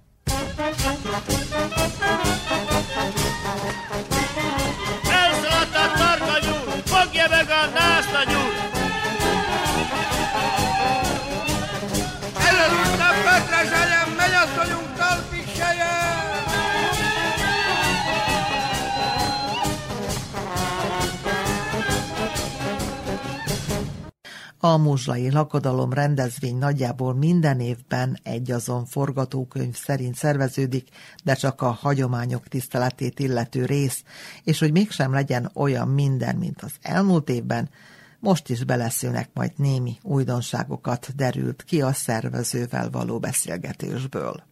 Elszaladt a tarka nyúl, fogja meg a nászta nyúl! Elölült a pötres elem, mennyasszonyunk talpikseje! A muzsai lakodalom rendezvény nagyjából minden évben egyazon forgatókönyv szerint szerveződik, de csak a hagyományok tiszteletét illető rész, és hogy mégsem legyen olyan minden, mint az elmúlt évben, most is beleszülnek majd némi újdonságokat, derült ki a szervezővel való beszélgetésből.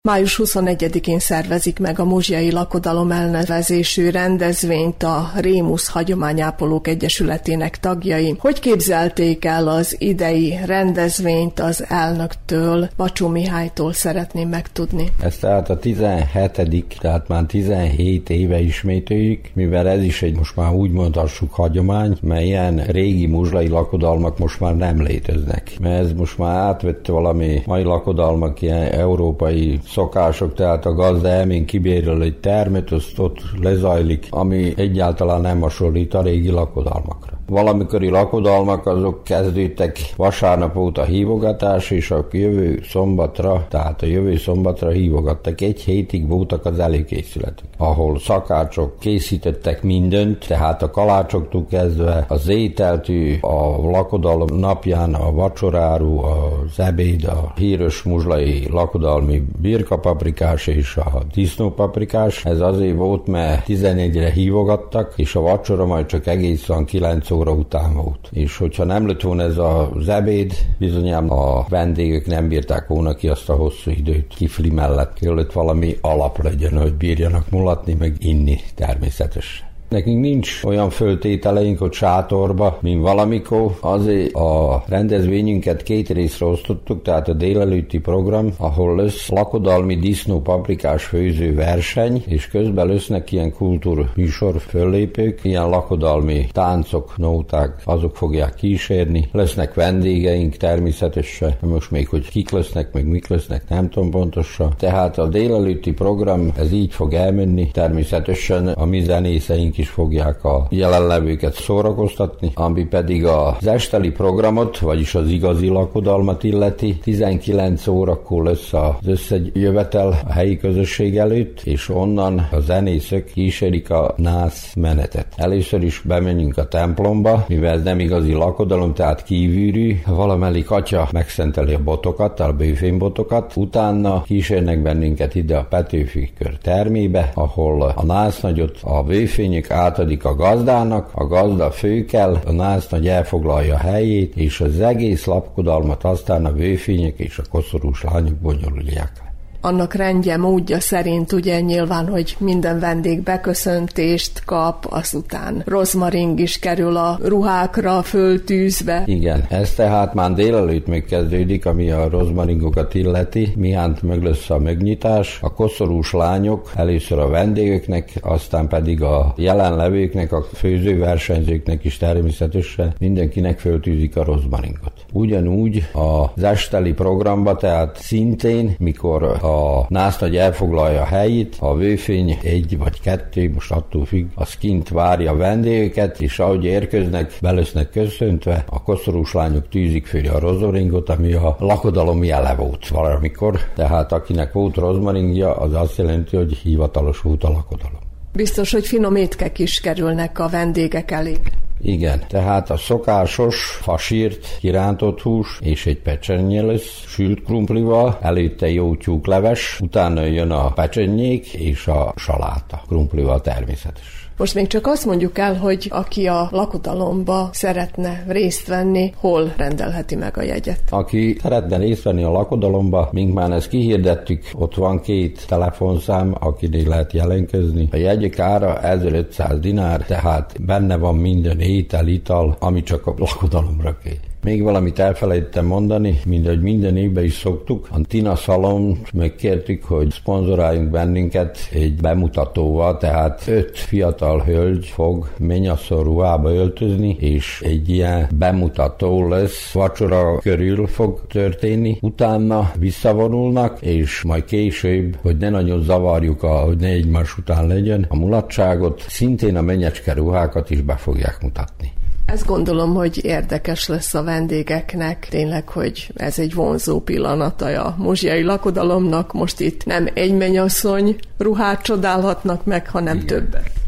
május huszonegyedikén szervezik meg a Muzsiai Lakodalom elnevezésű rendezvényt a Rémusz Hagyományápolók Egyesületének tagjai. Hogy képzelték el az idei rendezvényt az elnöktől, Bacsó Mihálytól szeretném megtudni. Ez tehát a tizenhetedik, tehát már tizenhét éve ismételjük, mivel ez is egy, most már úgy mondhassuk, hagyomány, mert ilyen régi muzslai lakodalmak most már nem léteznek. Mert ez most már átvett valami mai lakodalmak, ilyen európai szokások, tehát a gazda elmén kibérel egy termet, azt ott lezajlik, ami egyáltalán nem hasonlít a régi lakodalmakra. Valamikori lakodalmak azok kezdődtek vasárnap óta hívogatás, és a jövő szombatra, tehát a jövő szombatra hívogattak. Egy hétig voltak az előkészületek, ahol szakácsok készítettek mindent, tehát a kalácsoktól kezdve az ételtű, a lakodalom napján a vacsoráru, az ebéd, a híres muzslai lakodalmi birkapaprikás és a disznópaprikás. Ez azért volt, mert tizenegyre hívogattak, és a vacsora majd csak egészen kilenc óra után volt. És hogyha nem lett volna ez az ebéd, bizonyám a vendégek nem bírták volna ki azt a hosszú időt kifli mellett. Kellett valami alap legyen, hogy bírjanak mulatni, meg inni természetesen. Nekünk nincs olyan föltételeink, hogy sátorba, mint valamikor. Azért a rendezvényünket két részre osztottuk, tehát a délelőtti program, ahol lesz lakodalmi disznó paprikás főző verseny, és közben lesznek ilyen kultúrműsor föllépők, ilyen lakodalmi táncok, nóták, azok fogják kísérni. Lesznek vendégeink természetesen, most még, hogy kik lesznek, meg mik lesznek, nem tudom pontosan. Tehát a délelőtti program, ez így fog elmenni, természetesen a mi zenészeink is fogják a jelenlevőket szórakoztatni, ami pedig az esteli programot, vagyis az igazi lakodalmat illeti. tizenkilenc órakor lesz az összejövetel a helyi közösség előtt, és onnan a zenészek kísérik a nász menetet. Először is bemegyünk a templomba, mivel ez nem igazi lakodalom, tehát kívülű. Valamelyik atya megszenteli a botokat, a bőfénybotokat, utána kísérnek bennünket ide a Petőfi kör termébe, ahol a násznagyot a bőfények átadik a gazdának, a gazda főkel, a násznagy elfoglalja a helyét, és az egész lakodalmat aztán a bőfények és a koszorús lányok bonyolulják. Annak rendje, módja szerint ugye nyilván, hogy minden vendég beköszöntést kap, azután rozmaring is kerül a ruhákra föltűzve. Igen, ez tehát már délelőtt megkezdődik, ami a rozmaringokat illeti, mihánt meg lesz a megnyitás. A koszorús lányok először a vendégeknek, aztán pedig a jelenlevőknek, a főzőversenyzőknek is természetesen mindenkinek föltűzik a rozmaringot. Ugyanúgy az esteli programba, tehát szintén, mikor a násznagy elfoglalja a helyét, a vőfény egy vagy kettő, most attól függ, az kint várja a vendégeket, és ahogy érkeznek, be lesznek köszöntve, a koszorús lányok tűzik föl a rozmaringot, ami a lakodalom jele volt valamikor, tehát akinek volt rozmaringja, az azt jelenti, hogy hivatalos volt a lakodalom. Biztos, hogy finom étkek is kerülnek a vendégek elé. Igen, tehát a szokásos fasírt, kirántott hús és egy pecsenye lesz sült krumplival, előtte jó tyúkleves, utána jön a pecsenyék és a saláta krumplival természetes. Most még csak azt mondjuk el, hogy aki a lakodalomba szeretne részt venni, hol rendelheti meg a jegyet? Aki szeretne részt venni a lakodalomba, mink már ezt kihirdettük, ott van két telefonszám, akinél lehet jelentkezni. A jegyek ára ezerötszáz dinár, tehát benne van minden étel, ital, ami csak a lakodalomra kell. Még valamit elfelejtettem mondani, mindegy minden évben is szoktuk. A Tina Salon megkértük, hogy szponzoráljunk bennünket egy bemutatóval, tehát öt fiatal hölgy fog mennyasszony ruhába öltözni, és egy ilyen bemutató lesz, vacsora körül fog történni. Utána visszavonulnak, és majd később, hogy ne nagyon zavarjuk, a, hogy ne egymás után legyen, a mulatságot, szintén a mennyecske ruhákat is be fogják mutatni. Ezt gondolom, hogy érdekes lesz a vendégeknek, tényleg, hogy ez egy vonzó pillanata a muzsiai lakodalomnak. Most itt nem egy mennyasszony ruhát csodálhatnak meg, hanem igen. többet.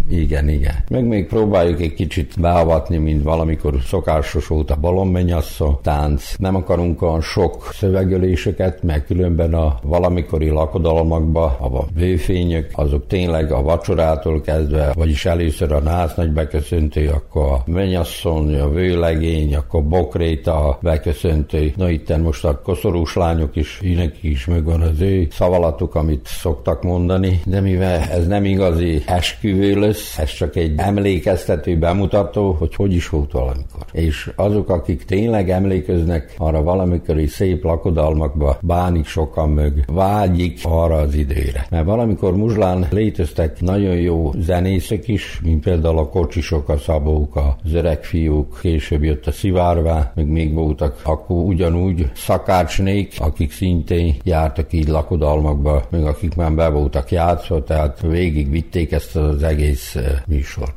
Igen, igen. Meg még próbáljuk egy kicsit beavatni, mint valamikor szokásos volt a ballonmennyasszony tánc. Nem akarunk olyan sok szövegöléseket, mert különben a valamikori lakodalmakba a vőfényök, azok tényleg a vacsorától kezdve, vagyis először a nász nagy beköszöntő, akkor a mennyasszony, a vőlegény, akkor bokréta beköszöntő. Na itten most a koszorús lányok is, neki is megvan az ő szavalatuk, amit szoktak mondani, de mivel ez nem igazi esküvő lesz, ez csak egy emlékeztető, bemutató, hogy hogy is volt valamikor. És azok, akik tényleg emlékeznek arra valamikori szép lakodalmakba, bánik sokan mög, vágyik arra az időre. Mert valamikor Muzslán léteztek nagyon jó zenészek is, mint például a kocsisok, a szabók, az öreg fiúk, később jött a szivárvá, meg még voltak akkor ugyanúgy szakácsnék, akik szintén jártak így lakodalmakba, meg akik már be voltak játszva, tehát végig vitték ezt az egész műsort.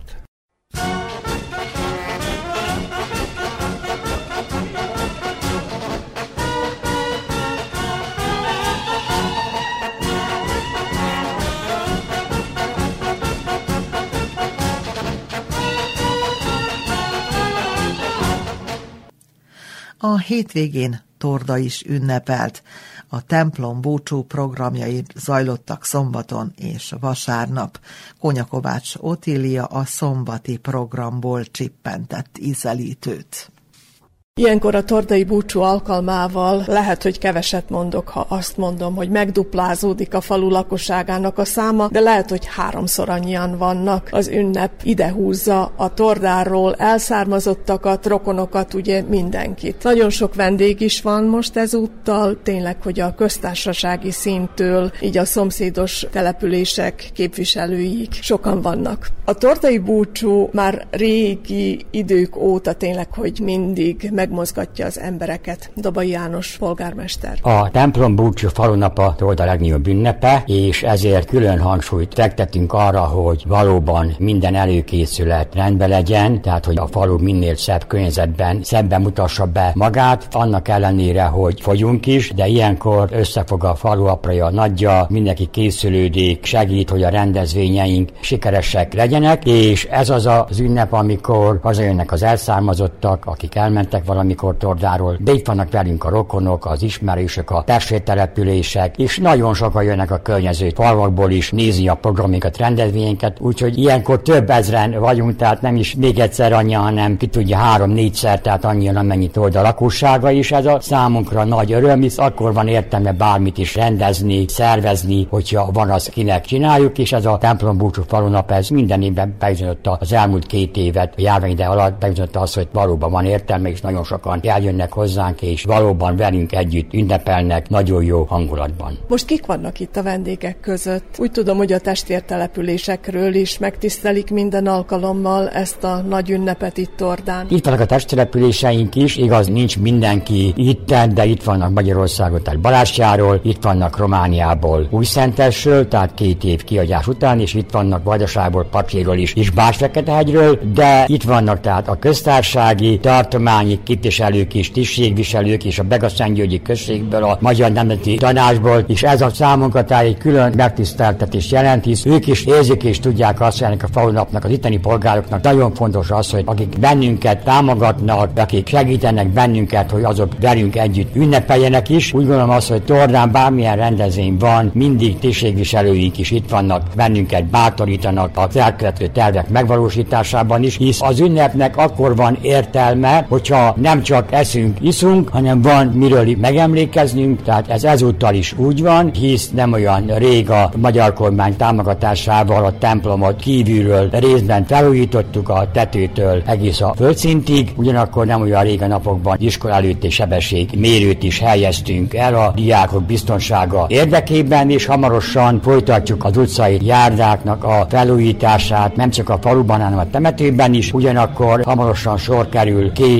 A hétvégén Torda is ünnepelt. A templom búcsú programjai zajlottak szombaton és vasárnap. Kónya Kovács Otília a szombati programból csippentett ízelítőt. Ilyenkor a tordai búcsú alkalmával lehet, hogy keveset mondok, ha azt mondom, hogy megduplázódik a falu lakosságának a száma, de lehet, hogy háromszor annyian vannak. Az ünnep idehúzza a tordáról elszármazottakat, rokonokat, ugye mindenkit. Nagyon sok vendég is van most ezúttal, tényleg, hogy a köztársasági szinttől, így a szomszédos települések képviselőik sokan vannak. A tordai búcsú már régi idők óta tényleg, hogy mindig megmozgatja az embereket. Dobai János polgármester. A templom búcsú falunapa Torda legnagyobb ünnepe, és ezért külön hangsúlyt fektetünk arra, hogy valóban minden előkészület rendben legyen, tehát hogy a falu minél szebb környezetben szebben mutassa be magát, annak ellenére, hogy fogyunk is, de ilyenkor összefog a falu apraja, nagyja, mindenki készülődik, segít, hogy a rendezvényeink sikeresek legyenek, és ez az az ünnep, amikor hazajönnek az elszármazottak, akik elmentek valamikor Tordáról, de itt vannak velünk a rokonok, az ismerősök, a testvértelepülések, és nagyon sokan jönnek a környező falvakból is nézni a programokat, rendezvényeket, úgyhogy ilyenkor több ezren vagyunk, tehát nem is még egyszer annyi, hanem ki tudja három-négyszer, tehát annyian, amennyi Torda lakossága is. Ez a számunkra nagy öröm, hisz akkor van értelme bármit is rendezni, szervezni, hogyha van az, kinek csináljuk, és ez a templom búcsú falunap, ez minden évben bebizonyította az elmúlt két évet, a járványide alatt bebizonyította azt, hogy valóban van értelme, és nagyon sokan eljönnek hozzánk, és valóban velünk együtt ünnepelnek nagyon jó hangulatban. Most kik vannak itt a vendégek között? Úgy tudom, hogy a testvértelepülésekről is megtisztelik minden alkalommal ezt a nagy ünnepet itt Tordán. Itt vannak a testvértelepüléseink is, igaz, nincs mindenki itten, de itt vannak Magyarországon, tehát Balázsjáról, itt vannak Romániából, Újszentesről, tehát két év kiadás után, és itt vannak Vajdaságból, Papséről is, és Bács-Feketehegyről, de itt vannak tehát a köztársasági, tartományi képviselők és tisztségviselők és a Begaszentgyörgyi községből, a Magyar Nemzeti Tanácsból, és ez a számunkra tehát egy külön megtiszteltetés jelent, hisz ők is érzik és tudják azt, hogy ennek a falunapnak, az itteni polgároknak nagyon fontos az, hogy akik bennünket támogatnak, akik segítenek bennünket, hogy azok velünk együtt ünnepeljenek is. Úgy gondolom azt, hogy Tordán bármilyen rendezvény van, mindig tisztségviselőink is itt vannak, bennünket bátorítanak az elkövetkező tervek megvalósításában is, hisz az ünnepnek akkor van értelme, hogyha nem csak eszünk, iszunk, hanem van miről megemlékeznünk, tehát ez ezúttal is úgy van, hisz nem olyan rég a magyar kormány támogatásával a templomot kívülről részben felújítottuk a tetőtől egész a földszintig, ugyanakkor nem olyan rég a napokban iskola előtti sebesség mérőt is helyeztünk el a diákok biztonsága érdekében, és hamarosan folytatjuk az utcai járdáknak a felújítását, nem csak a faluban, hanem a temetőben is, ugyanakkor hamarosan sor kerül két utca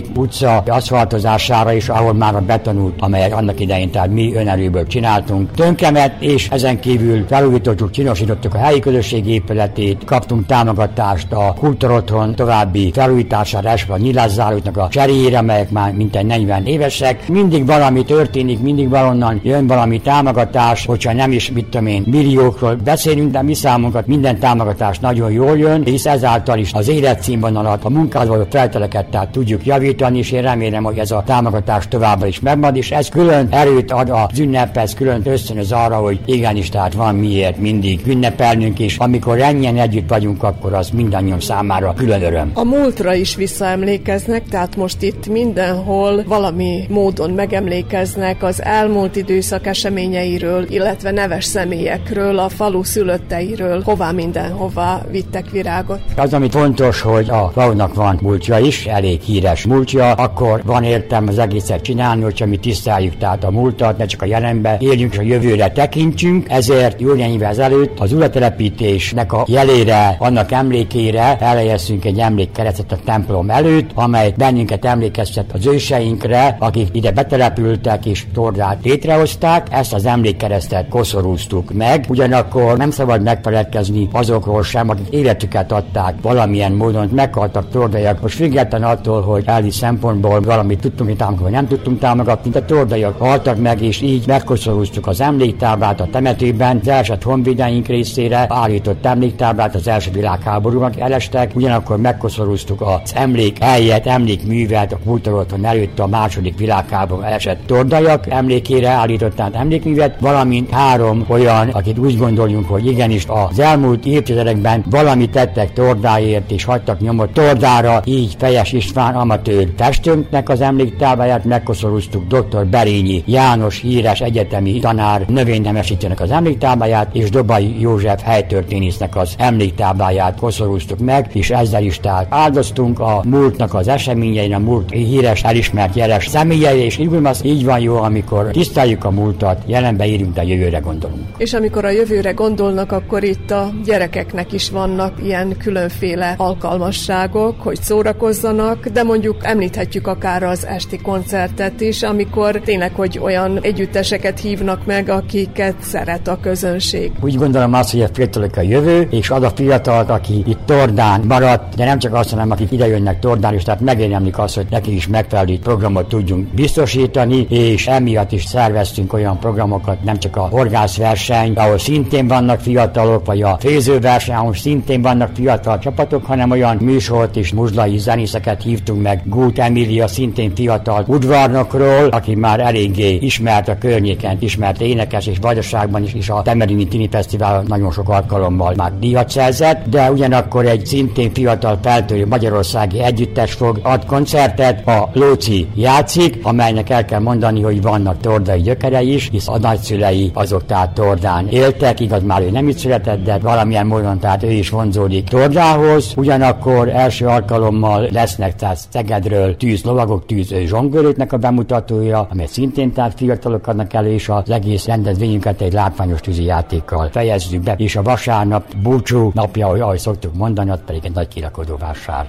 utca aszfaltozására is, ahol már a betonút, amelyet annak idején tehát mi önerőből csináltunk, tönkemet, és ezen kívül felújítottuk, csinosítottuk a helyi közösség épületét, kaptunk támogatást a kultúrotthon további felújítására, a nyilászáróknak a cseréjére, amelyek már mintegy negyven évesek. Mindig valami történik, mindig valonnan jön valami támogatás, hogyha nem is, mit tudom én, milliókról beszélünk, de mi számunkat minden támogatás nagyon jól jön, és ezáltal is az életszínvonalat, a munkával felteleket tehát tudjuk javítani, és én remélem, hogy ez a támogatás továbbra is megmarad, és ez külön erőt ad az ünnephez, külön ösztönöz arra, hogy igenis, tehát van miért mindig ünnepelnünk, és amikor ennyien együtt vagyunk, akkor az mindannyian számára külön öröm. A múltra is visszaemlékeznek, tehát most itt mindenhol valami módon megemlékeznek az elmúlt időszak eseményeiről, illetve neves személyekről, a falu szülötteiről, hová mindenhová vittek virágot. Az, ami fontos, hogy a falunak van múltja is, elég híres múltja, akkor van értelme az egészet csinálni, hogyha mi tiszteljük tehát a múltat, ne csak a jelenbe éljünk, és a jövőre tekintsünk, ezért jó néhány évvel ezelőtt az újratelepítésnek a jelére, annak emlékére elhelyeztünk egy emlékkeresztet a templom előtt, amely bennünket emlékeztet az őseinkre, akik ide betelepültek és Tordát létrehozták. Ezt az emlékkeresztet koszorúztuk meg, ugyanakkor nem szabad megfeledkezni azokról sem, akik életüket adták valamilyen módon, meghaltak tordaiak. Most független attól, hogy elvi szempontból valamit tudtunk támogatni, vagy nem tudtunk támogatni, de tordaiak haltak meg, és így megkoszorúztuk az emléktáblát a temetőben, az elsett honvédeink részére állított emléktáblát az első világháborúban elestek, ugyanakkor megkoszorúztuk az emlék helyet, emlékművet a kultúrotthon előtt a második világháborúban elesett tordaiak emlékére állították emlékművet, valamint három olyan, akit úgy gondoljunk, hogy igenis az elmúlt évtizedekben valamit tettek Tordáért és hagytak nyomot Tordára, így Fejes István amatőr festőnknek az emléktábláját megkoszorúztuk, dr. Berényi János híres egyetemi tanár növénynemesítőnek az emléktábláját, és Dobai József helytörténésznek az emléktábláját koszorúztuk meg, és ezzel is tehát áldoztunk a múltnak az eseményein, a múlt híres, elismert, jeles személyei, és így, az így van jó, amikor tiszteljük a múltat, jelenbe írunk, de a jövőre gondolunk. És amikor a jövőre gondolnak, akkor itt a gyerekeknek is vannak ilyen különféle alkalmasságok, hogy szórakozzanak, de mondjuk említhetjük akár az esti koncertet is, amikor tényleg, hogy olyan együtteseket hívnak meg, akiket szeret a közönség. Úgy gondolom azt, hogy a fiatalok a jövő, és az a fiatal, aki itt Tordán maradt, de nem csak azt, hanem akik idejönnek Tordán is, tehát megérdemlik azt, hogy neki is megfelelő programot tudjunk biztosítani, és emiatt is szerveztünk olyan programokat, nem csak a horgászverseny, ahol szintén vannak fiatalok, vagy a főzőverseny, ahol szintén vannak fiatal csapatok, hanem olyan műsort is, muzslai zenészeket hívtunk meg, Gút Emília szintén fiatal udvarnokról, aki már eléggé ismert a környéken, ismert énekes, és Vajdaságban is, is a Temerini Tini Fesztivál nagyon sok alkalommal már díjat szerzett, de ugyanakkor egy szintén fiatal feltörő magyarországi együttes fog ad koncertet, a Lóci játszik, amelynek el kell mondani, hogy vannak tordai gyökerei is, hisz a nagyszülei azok tehát Tordán éltek, igaz már ő nem itt született, de valamilyen módon tehát ő is vonzódik Tordához, ugyanakkor első alkalommal lesznek tehát Szegedről tűz lovagok, tűz zsongörőknek a bemutatója, amely szintén tehát fiatalok adnak elő, és az egész rendezvényünket egy látványos tűzi játékkal fejezzük be, és a vasárnap búcsú napja, ahogy szoktuk mondani, az pedig egy nagy kirakodó vásár.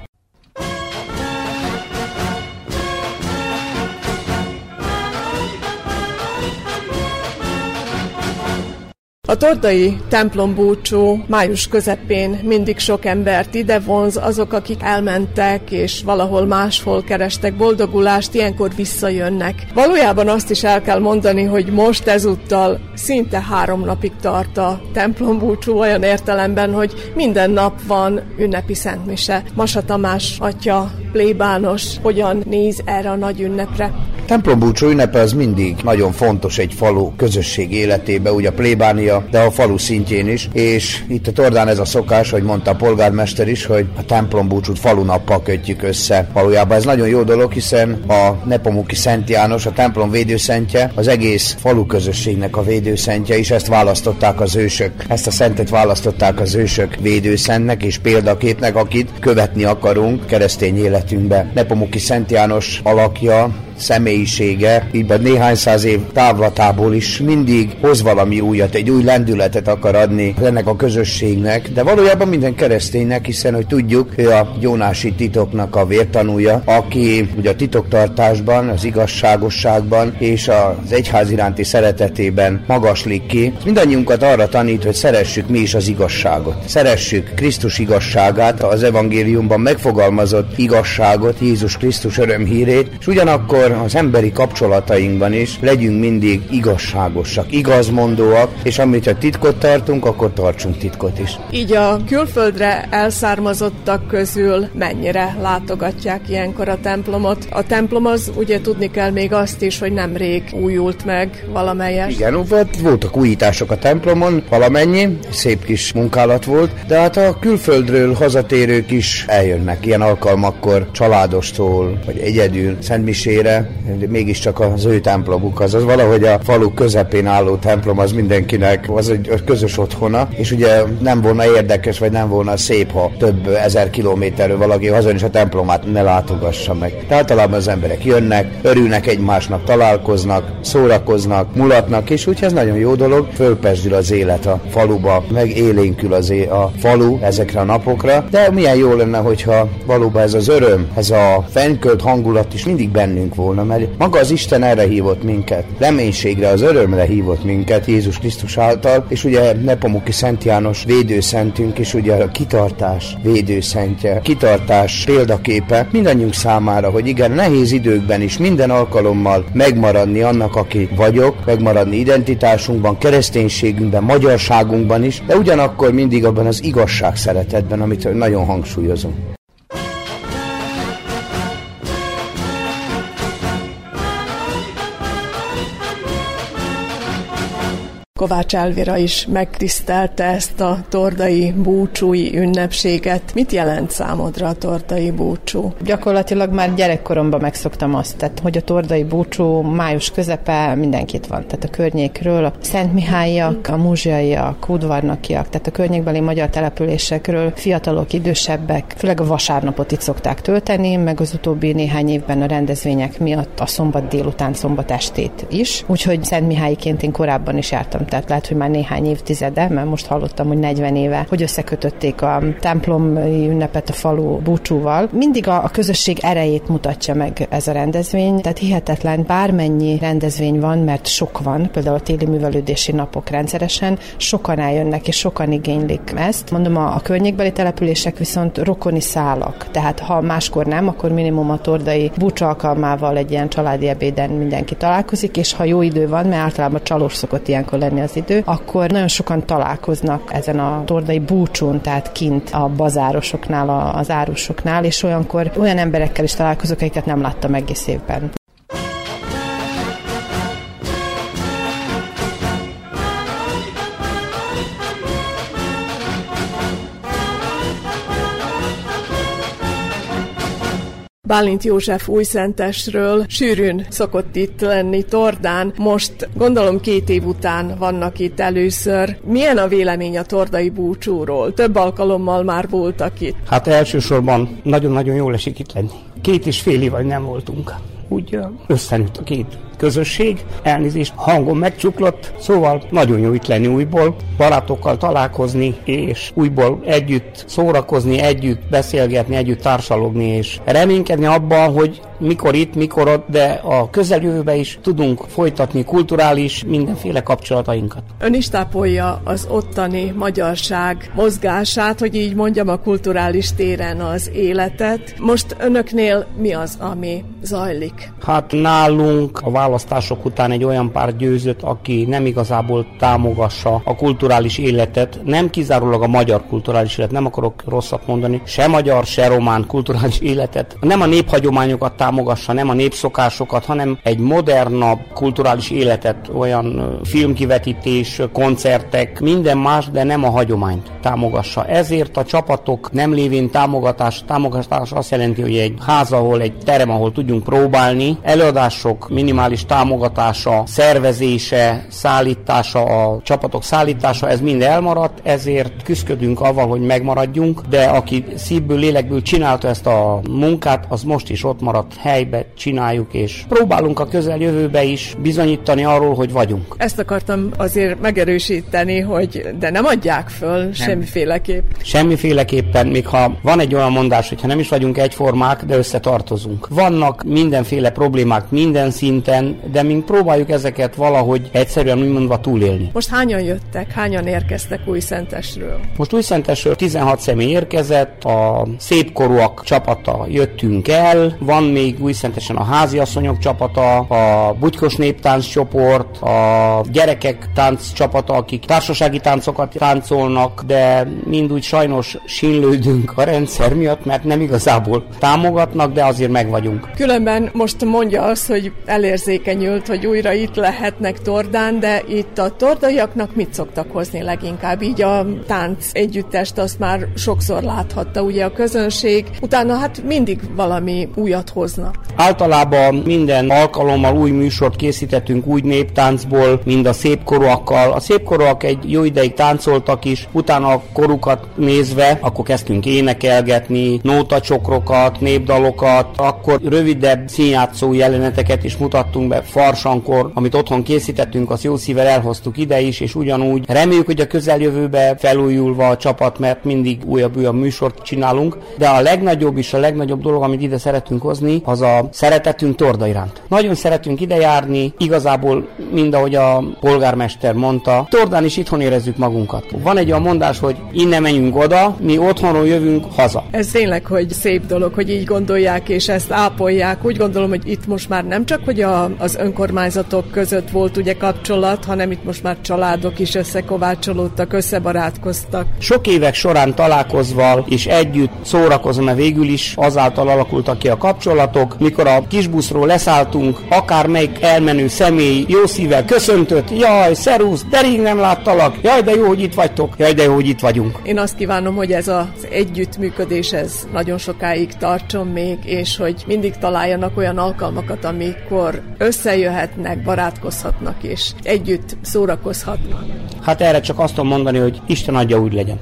A tordai templombúcsú május közepén mindig sok embert ide vonz, azok, akik elmentek és valahol máshol kerestek boldogulást, ilyenkor visszajönnek. Valójában azt is el kell mondani, hogy most ezúttal szinte három napig tart a templombúcsú olyan értelemben, hogy minden nap van ünnepi szentmise. Masa Tamás atya, plébános, hogyan néz erre a nagy ünnepre? Templombúcsú ünnepe az mindig nagyon fontos egy falu közösség életébe, ugye a plébánia, de a falu szintjén is, és itt a Tordán ez a szokás, hogy mondta a polgármester is, hogy a templombúcsút falunappal kötjük össze. Valójában ez nagyon jó dolog, hiszen a Nepomuki Szent János, a templom védőszentje, az egész falu közösségnek a védőszentje is, ezt választották az ősök. Ezt a szentet választották az ősök védőszentnek és példaképnek, akit követni akarunk keresztény életünkbe. Nepomuki Szent János alakja személyisége, így néhány száz év távlatából is mindig hoz valami újat, egy új lendületet akar adni ennek a közösségnek, de valójában minden kereszténynek, hiszen, hogy tudjuk, ő a gyónási titoknak a vértanúja, aki ugye a titoktartásban, az igazságosságban és az egyház iránti szeretetében magaslik ki. Mindannyiunkat arra tanít, hogy szeressük mi is az igazságot. Szeressük Krisztus igazságát, az evangéliumban megfogalmazott igazságot, Jézus Krisztus örömhírét, és ugyanakkor az emberi kapcsolatainkban is legyünk mindig igazságosak, igazmondóak, és amit a titkot tartunk, akkor tartsunk titkot is. Így a külföldre elszármazottak közül mennyire látogatják ilyenkor a templomot? A templom az, ugye tudni kell még azt is, hogy nemrég újult meg valamelyes. Igen, voltak újítások a templomon, valamennyi, szép kis munkálat volt, de hát a külföldről hazatérők is eljönnek ilyen alkalmakkor családostól, vagy egyedül szentmisére, de mégiscsak az ő templomuk az, az valahogy a falu közepén álló templom, az mindenkinek az egy közös otthona, és ugye nem volna érdekes, vagy nem volna szép, ha több ezer kilométerről valaki hazajön, és a templomát ne látogassa meg. De általában az emberek jönnek, örülnek egymásnak, találkoznak, szórakoznak, mulatnak, és úgyhogy ez nagyon jó dolog, fölpesdül az élet a faluba, meg élénkül az é- a falu ezekre a napokra, de milyen jó lenne, hogyha valóban ez az öröm, ez a fennkölt hangulat is mindig bennünk volna, mert maga az Isten erre hívott minket, reménységre, az örömre hívott minket Jézus Krisztus által, és ugye Nepomuki Szent János védőszentünk, és ugye a kitartás védőszentje, kitartás példaképe mindannyiunk számára, hogy igen, nehéz időkben is minden alkalommal megmaradni annak, aki vagyok, megmaradni identitásunkban, kereszténységünkben, magyarságunkban is, de ugyanakkor mindig abban az igazság szeretetben, amit nagyon hangsúlyozom. Kovács Elvira is megtisztelte ezt a tordai búcsúi ünnepséget. Mit jelent számodra a tordai búcsú? Gyakorlatilag már gyerekkoromban megszoktam azt, tehát, hogy a tordai búcsú május közepe mindenkit van. Tehát a környékről, a Szentmihályiak, a muzsiaiak, udvarnokiak, tehát a környékbeli magyar településekről fiatalok, idősebbek, főleg a vasárnapot itt szokták tölteni, meg az utóbbi néhány évben a rendezvények miatt a szombat délután, szombat estét is. Úgyhogy Szentmihályiként én korábban is jártam, tehát lehet, hogy már néhány évtizede, mert most hallottam, hogy negyven éve, hogy összekötötték a templomi ünnepet a falu búcsúval. Mindig a, a közösség erejét mutatja meg ez a rendezvény, tehát hihetetlen, bármennyi rendezvény van, mert sok van, például a téli művelődési napok rendszeresen, sokan eljönnek és sokan igénylik ezt. Mondom, a, a környékbeli települések viszont rokoni szálak, tehát ha máskor nem, akkor minimum a tordai búcsú alkalmával egy ilyen családi ebéden mindenki találkozik, és ha jó idő van, mert általában csalós szokott ilyenkor lenni az idő, akkor nagyon sokan találkoznak ezen a tordai búcsún, tehát kint a bazárosoknál, az árusoknál, és olyankor olyan emberekkel is találkozok, akiket nem láttam egész évben. Bálint József újszentesről sűrűn szokott itt lenni Tordán. Most gondolom két év után vannak itt először. Milyen a vélemény a tordai búcsúról? Több alkalommal már voltak itt. Hát elsősorban nagyon-nagyon jól esik itt lenni. Két és fél év, vagy nem voltunk. Úgy összenőtt a két közösség, elnézést, hangon megcsuklott, szóval nagyon jó itt lenni újból, barátokkal találkozni, és újból együtt szórakozni, együtt beszélgetni, együtt társalogni, és reménykedni abban, hogy mikor itt, mikor ott, de a közeljövőben is tudunk folytatni kulturális mindenféle kapcsolatainkat. Ön is tápolja az ottani magyarság mozgását, hogy így mondjam, a kulturális téren az életet. Most önöknél mi az, ami zajlik? Hát nálunk a választások után egy olyan pár győzött, aki nem igazából támogassa a kulturális életet, nem kizárólag a magyar kulturális életet, nem akarok rosszat mondani, se magyar, se román kulturális életet, nem a néphagyományokat támogassa, nem a népszokásokat, hanem egy modernabb kulturális életet, olyan filmkivetítés, koncertek, minden más, de nem a hagyományt támogassa. Ezért a csapatok nem lévén támogatás, támogatás azt jelenti, hogy egy ház, ahol egy terem, ahol tudjunk próbálni, előadások minimális támogatása, szervezése, szállítása, a csapatok szállítása, ez mind elmaradt, ezért küzdködünk avval, hogy megmaradjunk, de aki szívből, lélekből csinálta ezt a munkát, az most is ott maradt helybe csináljuk, és próbálunk a közeljövőbe is bizonyítani arról, hogy vagyunk. Ezt akartam azért megerősíteni, hogy de nem adják föl nem. semmiféleképp. Semmiféleképpen, még ha van egy olyan mondás, hogy ha nem is vagyunk egyformák, de összetartozunk. Vannak mindenféle problémák minden szinten, de mi próbáljuk ezeket valahogy egyszerűen úgy mondva túlélni. Most hányan jöttek, hányan érkeztek Újszentesről? Most Újszentesről tizenhat személy érkezett, a szépkorúak csapata jöttünk el, van még Újszentesen a háziasszonyok csapata, a bugykos néptánc csoport, a gyerekek tánc csapata, akik társasági táncokat táncolnak, de mind úgy sajnos sínlődünk a rendszer miatt, mert nem igazából támogatnak, de azért meg vagyunk. Különben most mondja azt, hogy elérzékenyült, hogy újra itt lehetnek Tordán, de itt a tordaiaknak mit szoktak hozni leginkább? Így a tánc együttest azt már sokszor láthatta ugye a közönség, utána hát mindig valami újat hoznak. Általában minden alkalommal új műsort készítettünk úgy néptáncból, mind a szépkorúakkal. A szépkorúak egy jó ideig táncoltak is, utána a korukat nézve, akkor kezdtünk énekelgetni, nótacsokrokat, népdalokat, akkor rövidebb színjátszó jeleneteket is mutattunk be, farsankor, amit otthon készítettünk, azt jó szívvel elhoztuk ide is, és ugyanúgy reméljük, hogy a közeljövőbe felújulva a csapat, mert mindig újabb-újabb műsort csinálunk, de a legnagyobb és a legnagyobb dolog, amit ide szeretünk hozni, az a szeretetünk Torda iránt. Nagyon szeretünk ide járni, igazából mind ahogy a polgármester mondta, Tordán is itthon érezzük magunkat. Van egy olyan mondás, hogy innen menjünk oda, mi otthonról jövünk haza. Ez tényleg, hogy szép dolog, hogy így gondolják és ezt ápolják. Úgy gondolom, hogy itt most már nem csak, hogy a, az önkormányzatok között volt ugye kapcsolat, hanem itt most már családok is összekovácsolódtak, összebarátkoztak. Sok évek során találkozva és együtt szórakozva, mert végül is azáltal alakultak ki a kapcsolatok. Mikor a kisbuszról leszálltunk, akár meg elmenő személy jó szívvel köszöntött, jaj, szerusz, de rég nem láttalak, jaj, de jó, hogy itt vagytok, jaj, de jó, hogy itt vagyunk. Én azt kívánom, hogy ez az együttműködés ez nagyon sokáig tartson még, és hogy mindig találjanak olyan alkalmakat, amikor összejöhetnek, barátkozhatnak, és együtt szórakozhatnak. Hát erre csak azt tudom mondani, hogy Isten adja, úgy legyen.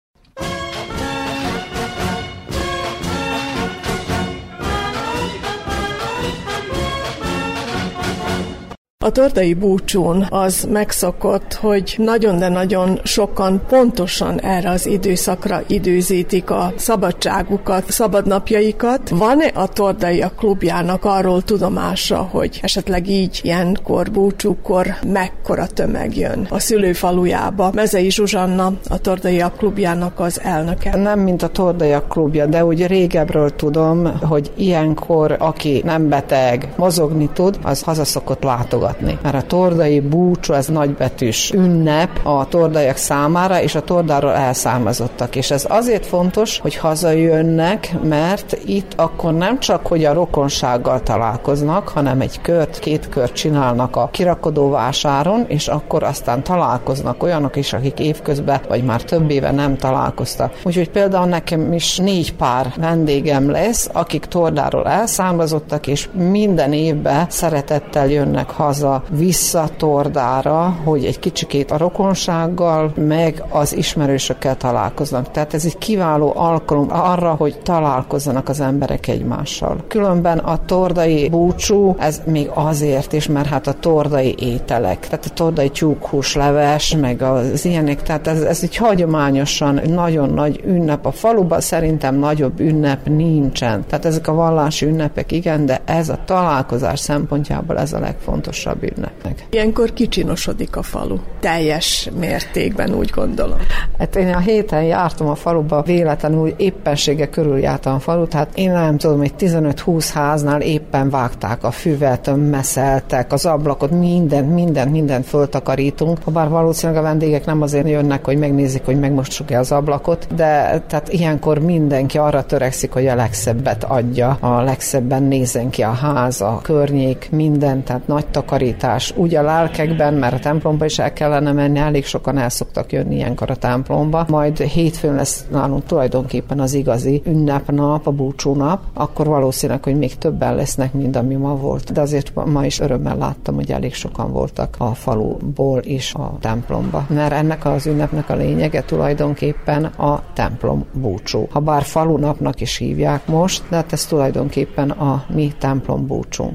A tordai búcsún az megszokott, hogy nagyon, de nagyon sokan pontosan erre az időszakra időzítik a szabadságukat, szabadnapjaikat. Van-e a Tordaiak klubjának arról tudomása, hogy esetleg így ilyenkor, búcsúkor mekkora tömeg jön a szülőfalujába? Mezei Zsuzsanna, a Tordaiak klubjának az elnöke. Nem, mint a Tordaiak klubja, de úgy régebről tudom, hogy ilyenkor, aki nem beteg, mozogni tud, az hazaszokott látogatni. Mert a tordai búcsú, ez nagybetűs ünnep a tordaiak számára, és a Tordáról elszármazottak. És ez azért fontos, hogy hazajönnek, mert itt akkor nem csak, hogy a rokonsággal találkoznak, hanem egy kört, két kört csinálnak a kirakodóvásáron, és akkor aztán találkoznak olyanok is, akik évközben, vagy már több éve nem találkoztak. Úgyhogy például nekem is négy pár vendégem lesz, akik Tordáról elszármazottak, és minden évben szeretettel jönnek haza vissza Tordára, hogy egy kicsikét a rokonsággal, meg az ismerősökkel találkoznak. Tehát ez egy kiváló alkalom arra, hogy találkozzanak az emberek egymással. Különben a tordai búcsú, ez még azért is, mert hát a tordai ételek, tehát a tordai tyúkhúsleves, meg az ilyenek, tehát ez, ez egy hagyományosan nagyon nagy ünnep. A faluban szerintem nagyobb ünnep nincsen. Tehát ezek a vallási ünnepek igen, de ez a találkozás szempontjából ez a legfontosabb ünnepnek. Ilyenkor kicsinosodik a falu. Teljes mértékben, úgy gondolom. Hát én a héten jártam a faluba, véletlenül éppensége körül jártam a falut, hát én nem tudom, hogy tizenöt-húsz háznál éppen vágták a füvet, meszeltek, az ablakot, mindent, mindent, mindent föltakarítunk. Bár valószínűleg a vendégek nem azért jönnek, hogy megnézik, hogy megmossuk-e az ablakot, de tehát ilyenkor mindenki arra törekszik, hogy a legszebbet adja, a legszebben nézzen ki a ház, a környék, minden, tehát nagy takarítás takarítás. Úgy a lelkekben, mert a templomba is el kellene menni, elég sokan el szoktak jönni ilyenkor a templomba. Majd hétfőn lesz nálunk tulajdonképpen az igazi ünnepnap, a búcsúnap, akkor valószínűleg, hogy még többen lesznek, mint ami ma volt. De azért ma is örömmel láttam, hogy elég sokan voltak a faluból is a templomba. Mert ennek az ünnepnek a lényege tulajdonképpen a templom búcsú. Ha bár falunapnak is hívják most, de hát ez tulajdonképpen a mi templom búcsunk.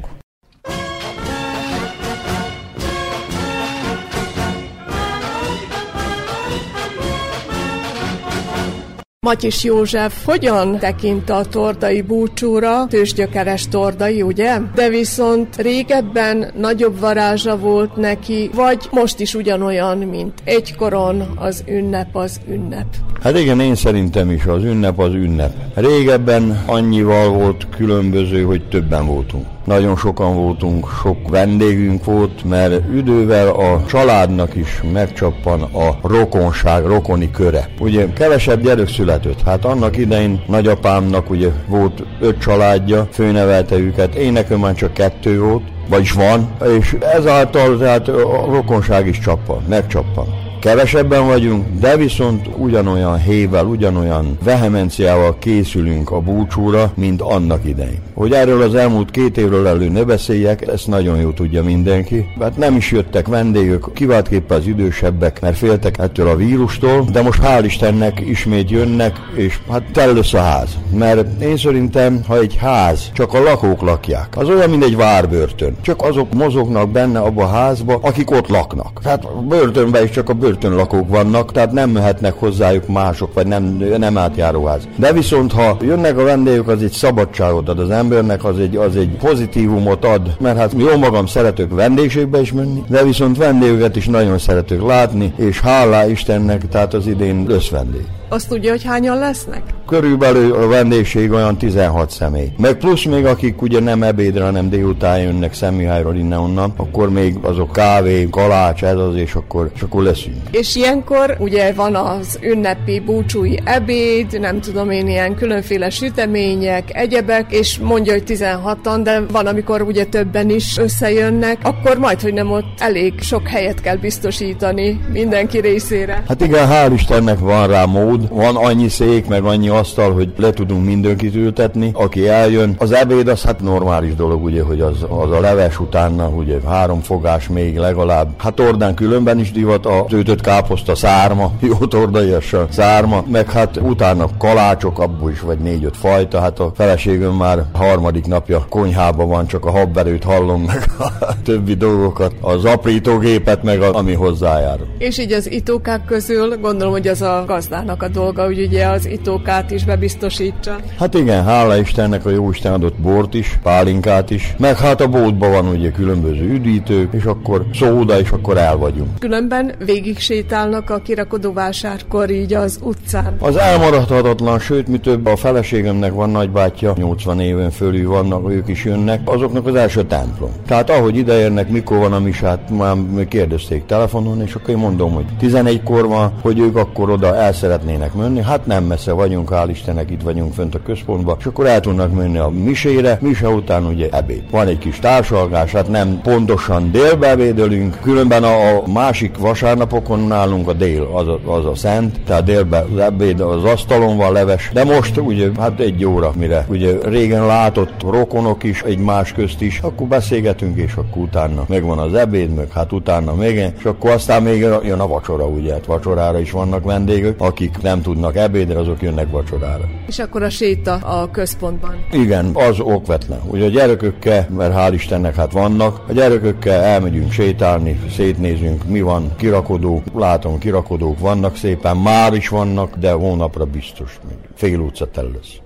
Matyis József hogyan tekint a tordai búcsúra? Tőzsgyökeres tordai, ugye? De viszont régebben nagyobb varázsa volt neki, vagy most is ugyanolyan, mint egykoron az ünnep az ünnep? Hát igen, én szerintem is az ünnep az ünnep. Régebben annyival volt különböző, hogy többen voltunk. Nagyon sokan voltunk, sok vendégünk volt, mert idővel a családnak is megcsappan a rokonság, rokoni köre. Ugye kevesebb gyerek született. Hát annak idején nagyapámnak ugye volt öt családja, főnevelte őket, én nekem már csak kettő volt, vagyis van, és ezáltal tehát a rokonság is csappan, megcsappan. Kevesebben vagyunk, de viszont ugyanolyan hével, ugyanolyan vehemenciával készülünk a búcsúra, mint annak idején. Hogy erről az elmúlt két évről elő ne beszéljek, ezt nagyon jól tudja mindenki. Hát nem is jöttek vendégek, kiváltképpen az idősebbek, mert féltek ettől a vírustól, de most hál' Istennek ismét jönnek, és hát tele lesz a ház. Mert én szerintem, ha egy ház csak a lakók lakják, az olyan, mint egy várbörtön. Csak azok mozognak benne abba a házba, akik ott laknak. Tehát a börtönben is csak a börtönlakók vannak, tehát nem mehetnek hozzájuk mások, vagy nem, nem átjáróház. De viszont, ha jönnek a vendégek, az egy szabadságot ad az embernek, az egy, az egy pozitívumot ad, mert hát jó magam szeretök vendégségbe is menni, de viszont vendégeket is nagyon szeretök látni, és hálá Istennek, tehát az idén lesz vendég. Azt tudja, hogy hányan lesznek? Körülbelül a vendégség olyan tizenhat személy. Meg plusz még akik ugye nem ebédre, hanem délután jönnek Szentmihályról innen-onnan, akkor még azok kávé, kalács, ez az, és akkor, és akkor leszünk. És ilyenkor ugye van az ünnepi búcsúi ebéd, nem tudom én, ilyen különféle sütemények, egyebek, és mondja, hogy tizenhatan, de van, amikor ugye többen is összejönnek, akkor majd, hogy nem ott elég sok helyet kell biztosítani mindenki részére. Hát igen, hál' Istennek van rá mód, van annyi szék, meg annyi asztal, hogy le tudunk mindenkit ültetni, aki eljön. Az ebéd az hát normális dolog, ugye, hogy az, az a leves utána, ugye három fogás még legalább. Hát tordán különben is divat a töltött káposzta, szárma, jó tordaiasan szárma, meg hát utána kalácsok, abból is vagy négy-öt fajta, hát a feleségem már harmadik napja konyhában van, csak a habverőt hallom, meg a többi dolgokat, az aprítógépet, meg a, ami hozzájár. És így az itókák közül gondolom, hogy az a gazdának a dolga, hogy ugye az itókát is bebiztosítsa. Hát igen, hála Istennek a Jóisten adott bort is, pálinkát is, meg hát a boltban van ugye különböző üdítők, és akkor szóda, és akkor el vagyunk. Különben végig sétálnak a kirakodóvásárkor így az utcán. Az elmaradhatatlan, sőt, mi több, a feleségemnek van nagybátyja, nyolcvan éven fölül vannak, ők is jönnek, azoknak az első templom. Tehát ahogy ideérnek, mikor van a misát, már kérdezték telefonon, és akkor én mondom, hogy tizenegykor van, hogy ők akkor oda el szeretnének menni, hát nem messze vagyunk, hál' Istennek, itt vagyunk fönt a központban, és akkor el tudnak menni a misére, mise után ugye ebéd. Van egy kis társalgás, hát nem pontosan délbe ebédelünk, különben a, a másik vasárnapokon nálunk a dél, az a, az a szent, tehát délbe az ebéd az asztalon van leves, de most ugye hát egy óra, mire ugye régen látott rokonok is egymás közt is, akkor beszélgetünk, és akkor utána megvan az ebéd, meg hát utána még, és akkor aztán még jön a vacsora, ugye, hát vacsorára is vannak vendégek, akik nem tudnak ebédre, azok jönnek vacsorára. És akkor a séta a központban. Igen, az okvetlen. Ugye a gyerekökkel, mert hál' Istennek hát vannak, a gyerekökkel elmegyünk sétálni, szétnézünk, mi van, kirakodók, látom, kirakodók vannak szépen, már is vannak, de hónapra biztos még fél utca tel lesz.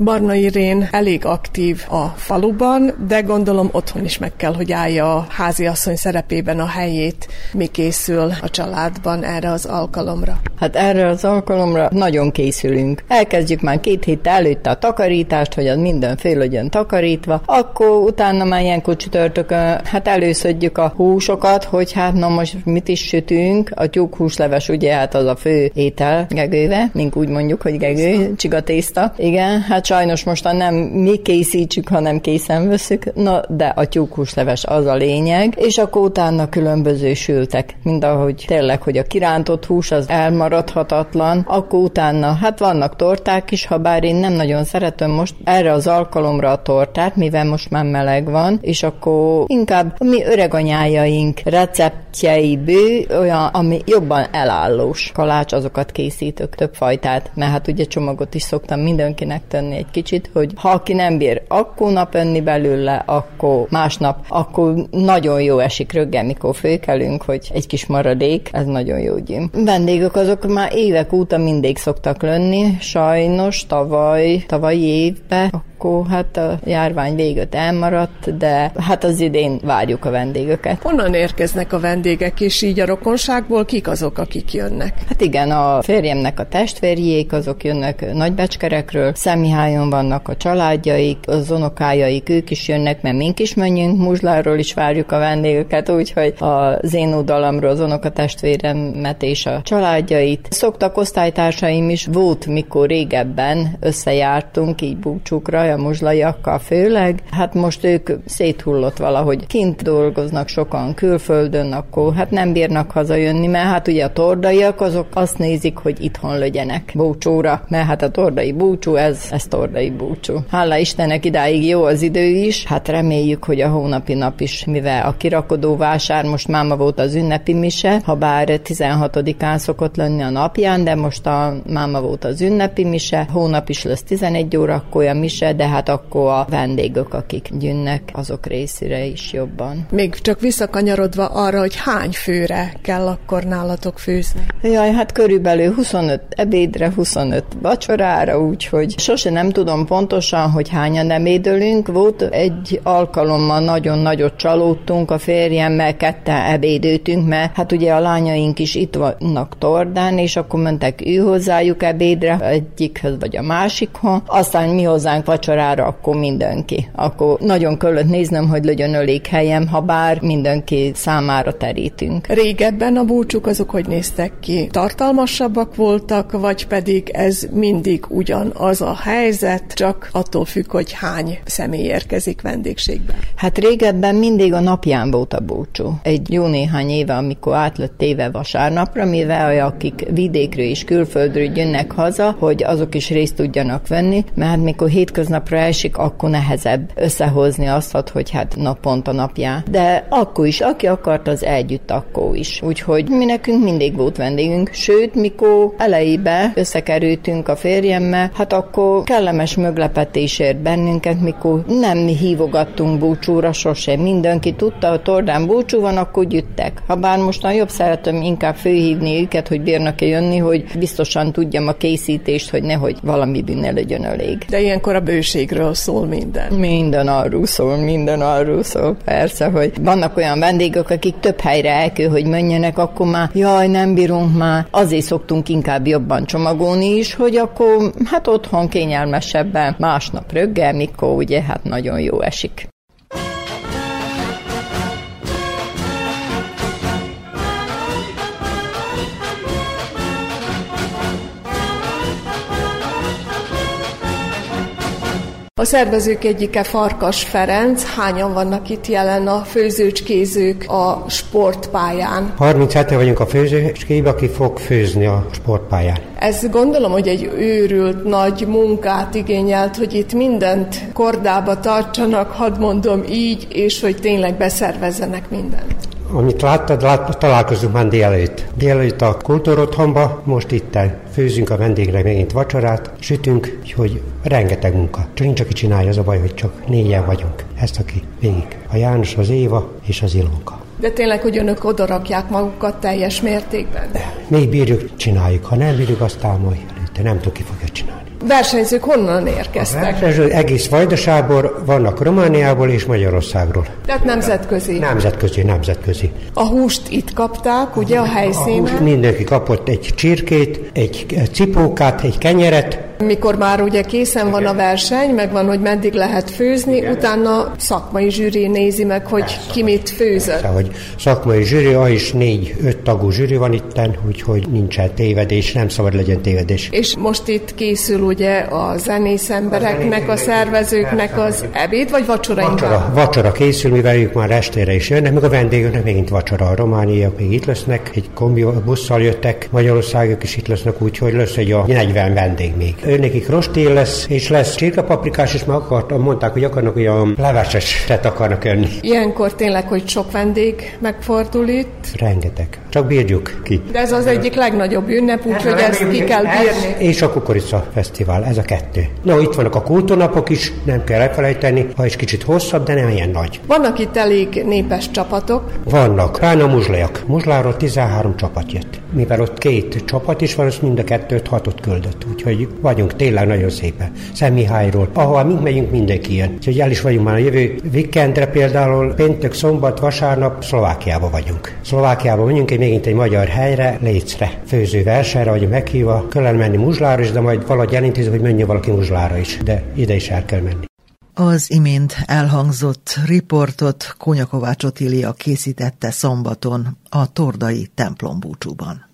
Barna Irén elég aktív a faluban, de gondolom otthon is meg kell, hogy állja a háziasszony szerepében a helyét. Mi készül a családban erre az alkalomra? Hát erre az alkalomra nagyon készülünk. Elkezdjük már két hét előtte a takarítást, hogy az minden fél legyen takarítva, akkor utána már ilyenkor csütörtökön, hát előszedjük a húsokat, hogy hát na most mit is sütünk. A tyúkhúsleves ugye hát az a fő étel gegőve, mink úgy mondjuk, hogy gegő, csigatészta. Igen, hát sajnos mostan nem mi készítsük, hanem készen veszük, na de a tyúkhúsleves az a lényeg, és akkor utána különböző sültek, mind ahogy tényleg, hogy a kirántott hús az elmaradhatatlan, akkor utána hát vannak torták is, ha bár én nem nagyon szeretem most erre az alkalomra a tortát, mivel most már meleg van, és akkor inkább a mi öreganyájaink receptjeiből olyan, ami jobban elállós kalács, azokat készítök, több fajtát, mert hát ugye csomagot is szoktam mindenkinek tenni egy kicsit, hogy ha aki nem bír akkor nap enni belőle, akkor másnap, akkor nagyon jó esik röggel, mikor főkelünk, hogy egy kis maradék, ez nagyon jó gyüm. Vendégek azok már évek óta mindig szoktak lenni, sajnos tavaly, tavalyi évben, akkor hát a járvány véget elmaradt, de hát az idén várjuk a vendégeket. Honnan érkeznek a vendégek, és így a rokonságból kik azok, akik jönnek? Hát igen, a férjemnek a testvérjék, azok jönnek Nagybecskerekről, Szentmihályon vannak a családjaik, az unokájaik, ők is jönnek, mert mink is menjünk, Muzsláról is várjuk a vendégeket, úgyhogy az én oldalamról az unokatestvéremet és a családjait. Szoktak osztálytársaim is, volt, mikor régebben összejártunk, így búcsúkra, a muzslaiakkal főleg, hát most ők széthullott valahogy. Kint dolgoznak sokan külföldön, akkor hát nem bírnak hazajönni, mert hát ugye a tordaiak azok azt nézik, hogy itthon legyenek búcsúra, mert hát a tordai búcsú, ez, ez tordai búcsú. Hála Istennek idáig jó az idő is, hát reméljük, hogy a hónapi nap is, mivel a kirakodó vásár, most máma volt az ünnepi mise, ha bár tizenhatodikán szokott lenni a napján, de most a máma volt az ünnepi mise, hónap is lesz tizenegy órakor a mise, de hát akkor a vendégek, akik jönnek, azok részére is jobban. Még csak visszakanyarodva arra, hogy hány főre kell akkor nálatok főzni? Jaj, hát körülbelül huszonöt ebédre, huszonöt vacsorára, úgyhogy sose nem tudom pontosan, hogy hányan ebédölünk. Volt egy alkalommal nagyon nagyot csalódtunk, a férjemmel ketten ebédöltünk, mert hát ugye a lányaink is itt vannak Tordán, és akkor mentek ő hozzájuk ebédre, egyikhez vagy a másikhoz, aztán mi hozzánk vacsorára, akkor mindenki. Akkor nagyon kellett néznem, hogy legyen elég helyem, ha bár mindenki számára terítünk. Régebben a búcsúk azok hogy néztek ki? Tartalmasabbak voltak, vagy pedig ez mindig ugyanaz a helyzet, csak attól függ, hogy hány személy érkezik vendégségbe? Hát régebben mindig a napján volt a búcsú. Egy jó néhány éve, amikor át lett téve vasárnapra, mivel akik vidékről és külföldről jönnek haza, hogy azok is részt tudjanak venni, mert mikor hétköznapra esik, akkor nehezebb összehozni azt, hogy hát naponta napján. De akkor is, aki akart, az együtt akkor is. Úgyhogy mi nekünk mindig volt vendégünk, sőt, mikor elejébe összekerültünk a férjemmel, hát akkor kellemes meglepetés ért bennünket, mikor nem mi hívogattunk búcsúra sose. Mindenki tudta, hogy Tordán búcsú van, akkor jöttek. Habár mostan jobb szeretem inkább főhívni őket, hogy bírnak-e jönni, hogy biztosan tudjam a készítést, hogy nehogy valami bűnne legyen elég. De ilyenkor a bőségről szól minden. Minden arról szól, minden arról szól. Persze, hogy vannak olyan vendégek, akik több helyre elkül, hogy menjenek, akkor már jaj, nem bírunk már. Azért szoktunk inkább jobban csomagolni is, hogy akkor hát otthon kényelmesebben másnap reggel, mikor ugye hát nagyon jó esik. A szervezők egyike Farkas Ferenc. Hányan vannak itt jelen a főzőcskézők a sportpályán? harmincheten vagyunk a főzőcskébe, aki fog főzni a sportpályán. Ez gondolom, hogy egy őrült nagy munkát igényelt, hogy itt mindent kordába tartsanak, hadd mondom így, és hogy tényleg beszervezzenek mindent. Amit láttad, lát, találkozunk már délelőtt. Délelőtt a kultúrotthonba, most itt főzünk a vendégre megint vacsorát, sütünk, úgyhogy rengeteg munka. Csak nincs, aki csinálja, az a baj, hogy csak négyen vagyunk. Ezt aki végig. A János, az Éva és az Ilonka. De tényleg, hogy önök odarakják magukat teljes mértékben? Még bírjuk, csináljuk. Ha nem bírjuk, azt támolj előtte. Nem tudok, ki fogja csinálni. versenyzők honnan érkeztek? A versenyzők egész Vajdaságból, vannak Romániából és Magyarországról. Tehát nemzetközi? Nemzetközi, nemzetközi. A húst itt kapták, ugye a helyszínen? A húst mindenki kapott egy csirkét, egy cipókát, egy kenyeret. Mikor már ugye készen van a verseny, megvan, hogy meddig lehet főzni, igen. Utána szakmai zsűri nézi meg, hogy persze, ki mit főzött. Persze, hogy szakmai zsűri, a is négy-öt tagú zsűri van itten, úgyhogy nincsen tévedés, nem szabad legyen tévedés. És most itt készül ugye a zenész embereknek, a szervezőknek az ebéd, vagy vacsora? Vacsora, vacsora készül, mivel ők már estére is jönnek, meg a vendégeknek megint vacsora. A romániaiak még itt lesznek, egy kombi busszal jöttek, Magyarországok is itt lesznek, úgyhogy lesz egy a negyven vendég még. Őnekik rostél lesz, és lesz csirkepaprikás, és meg akartam, mondták, hogy akarnak olyan leveseset akarnak enni. Ilyenkor tényleg, hogy sok vendég megfordul itt? Rengeteg. Csak bírjuk ki. De ez az egyik legnagyobb ünnep, úgyhogy ezt ki kell bírni. És a Kukorica Fesztivál, ez a kettő. No, itt vannak a kultúrnapok is, nem kell elfelejteni, ha is kicsit hosszabb, de nem ilyen nagy. Vannak itt elég népes csapatok? Vannak. Rána muzslajak. Muzsláról tizenhárom csapat jött. Mivel ott két csapat is van, azt mind a kettőt hatot küldött. Úgyhogy vagyunk tényleg nagyon szépen. Szentmihályról, ahol mink megyünk, mindenki ilyen. Úgyhogy el is vagyunk már a jövő vikendre, például péntek, szombat, vasárnap Szlovákiába vagyunk. Szlovákiába megyünk egy megint egy magyar helyre, Lécre. Főzőversenyre vagyunk meghívva, kell menni Muzslára is, de majd valahogy elintézzük, hogy menjön valaki Muzslára is, de ide is el kell menni. Az imént elhangzott riportot Kónya Kovács Otília készítette szombaton a tordai templombúcsúban.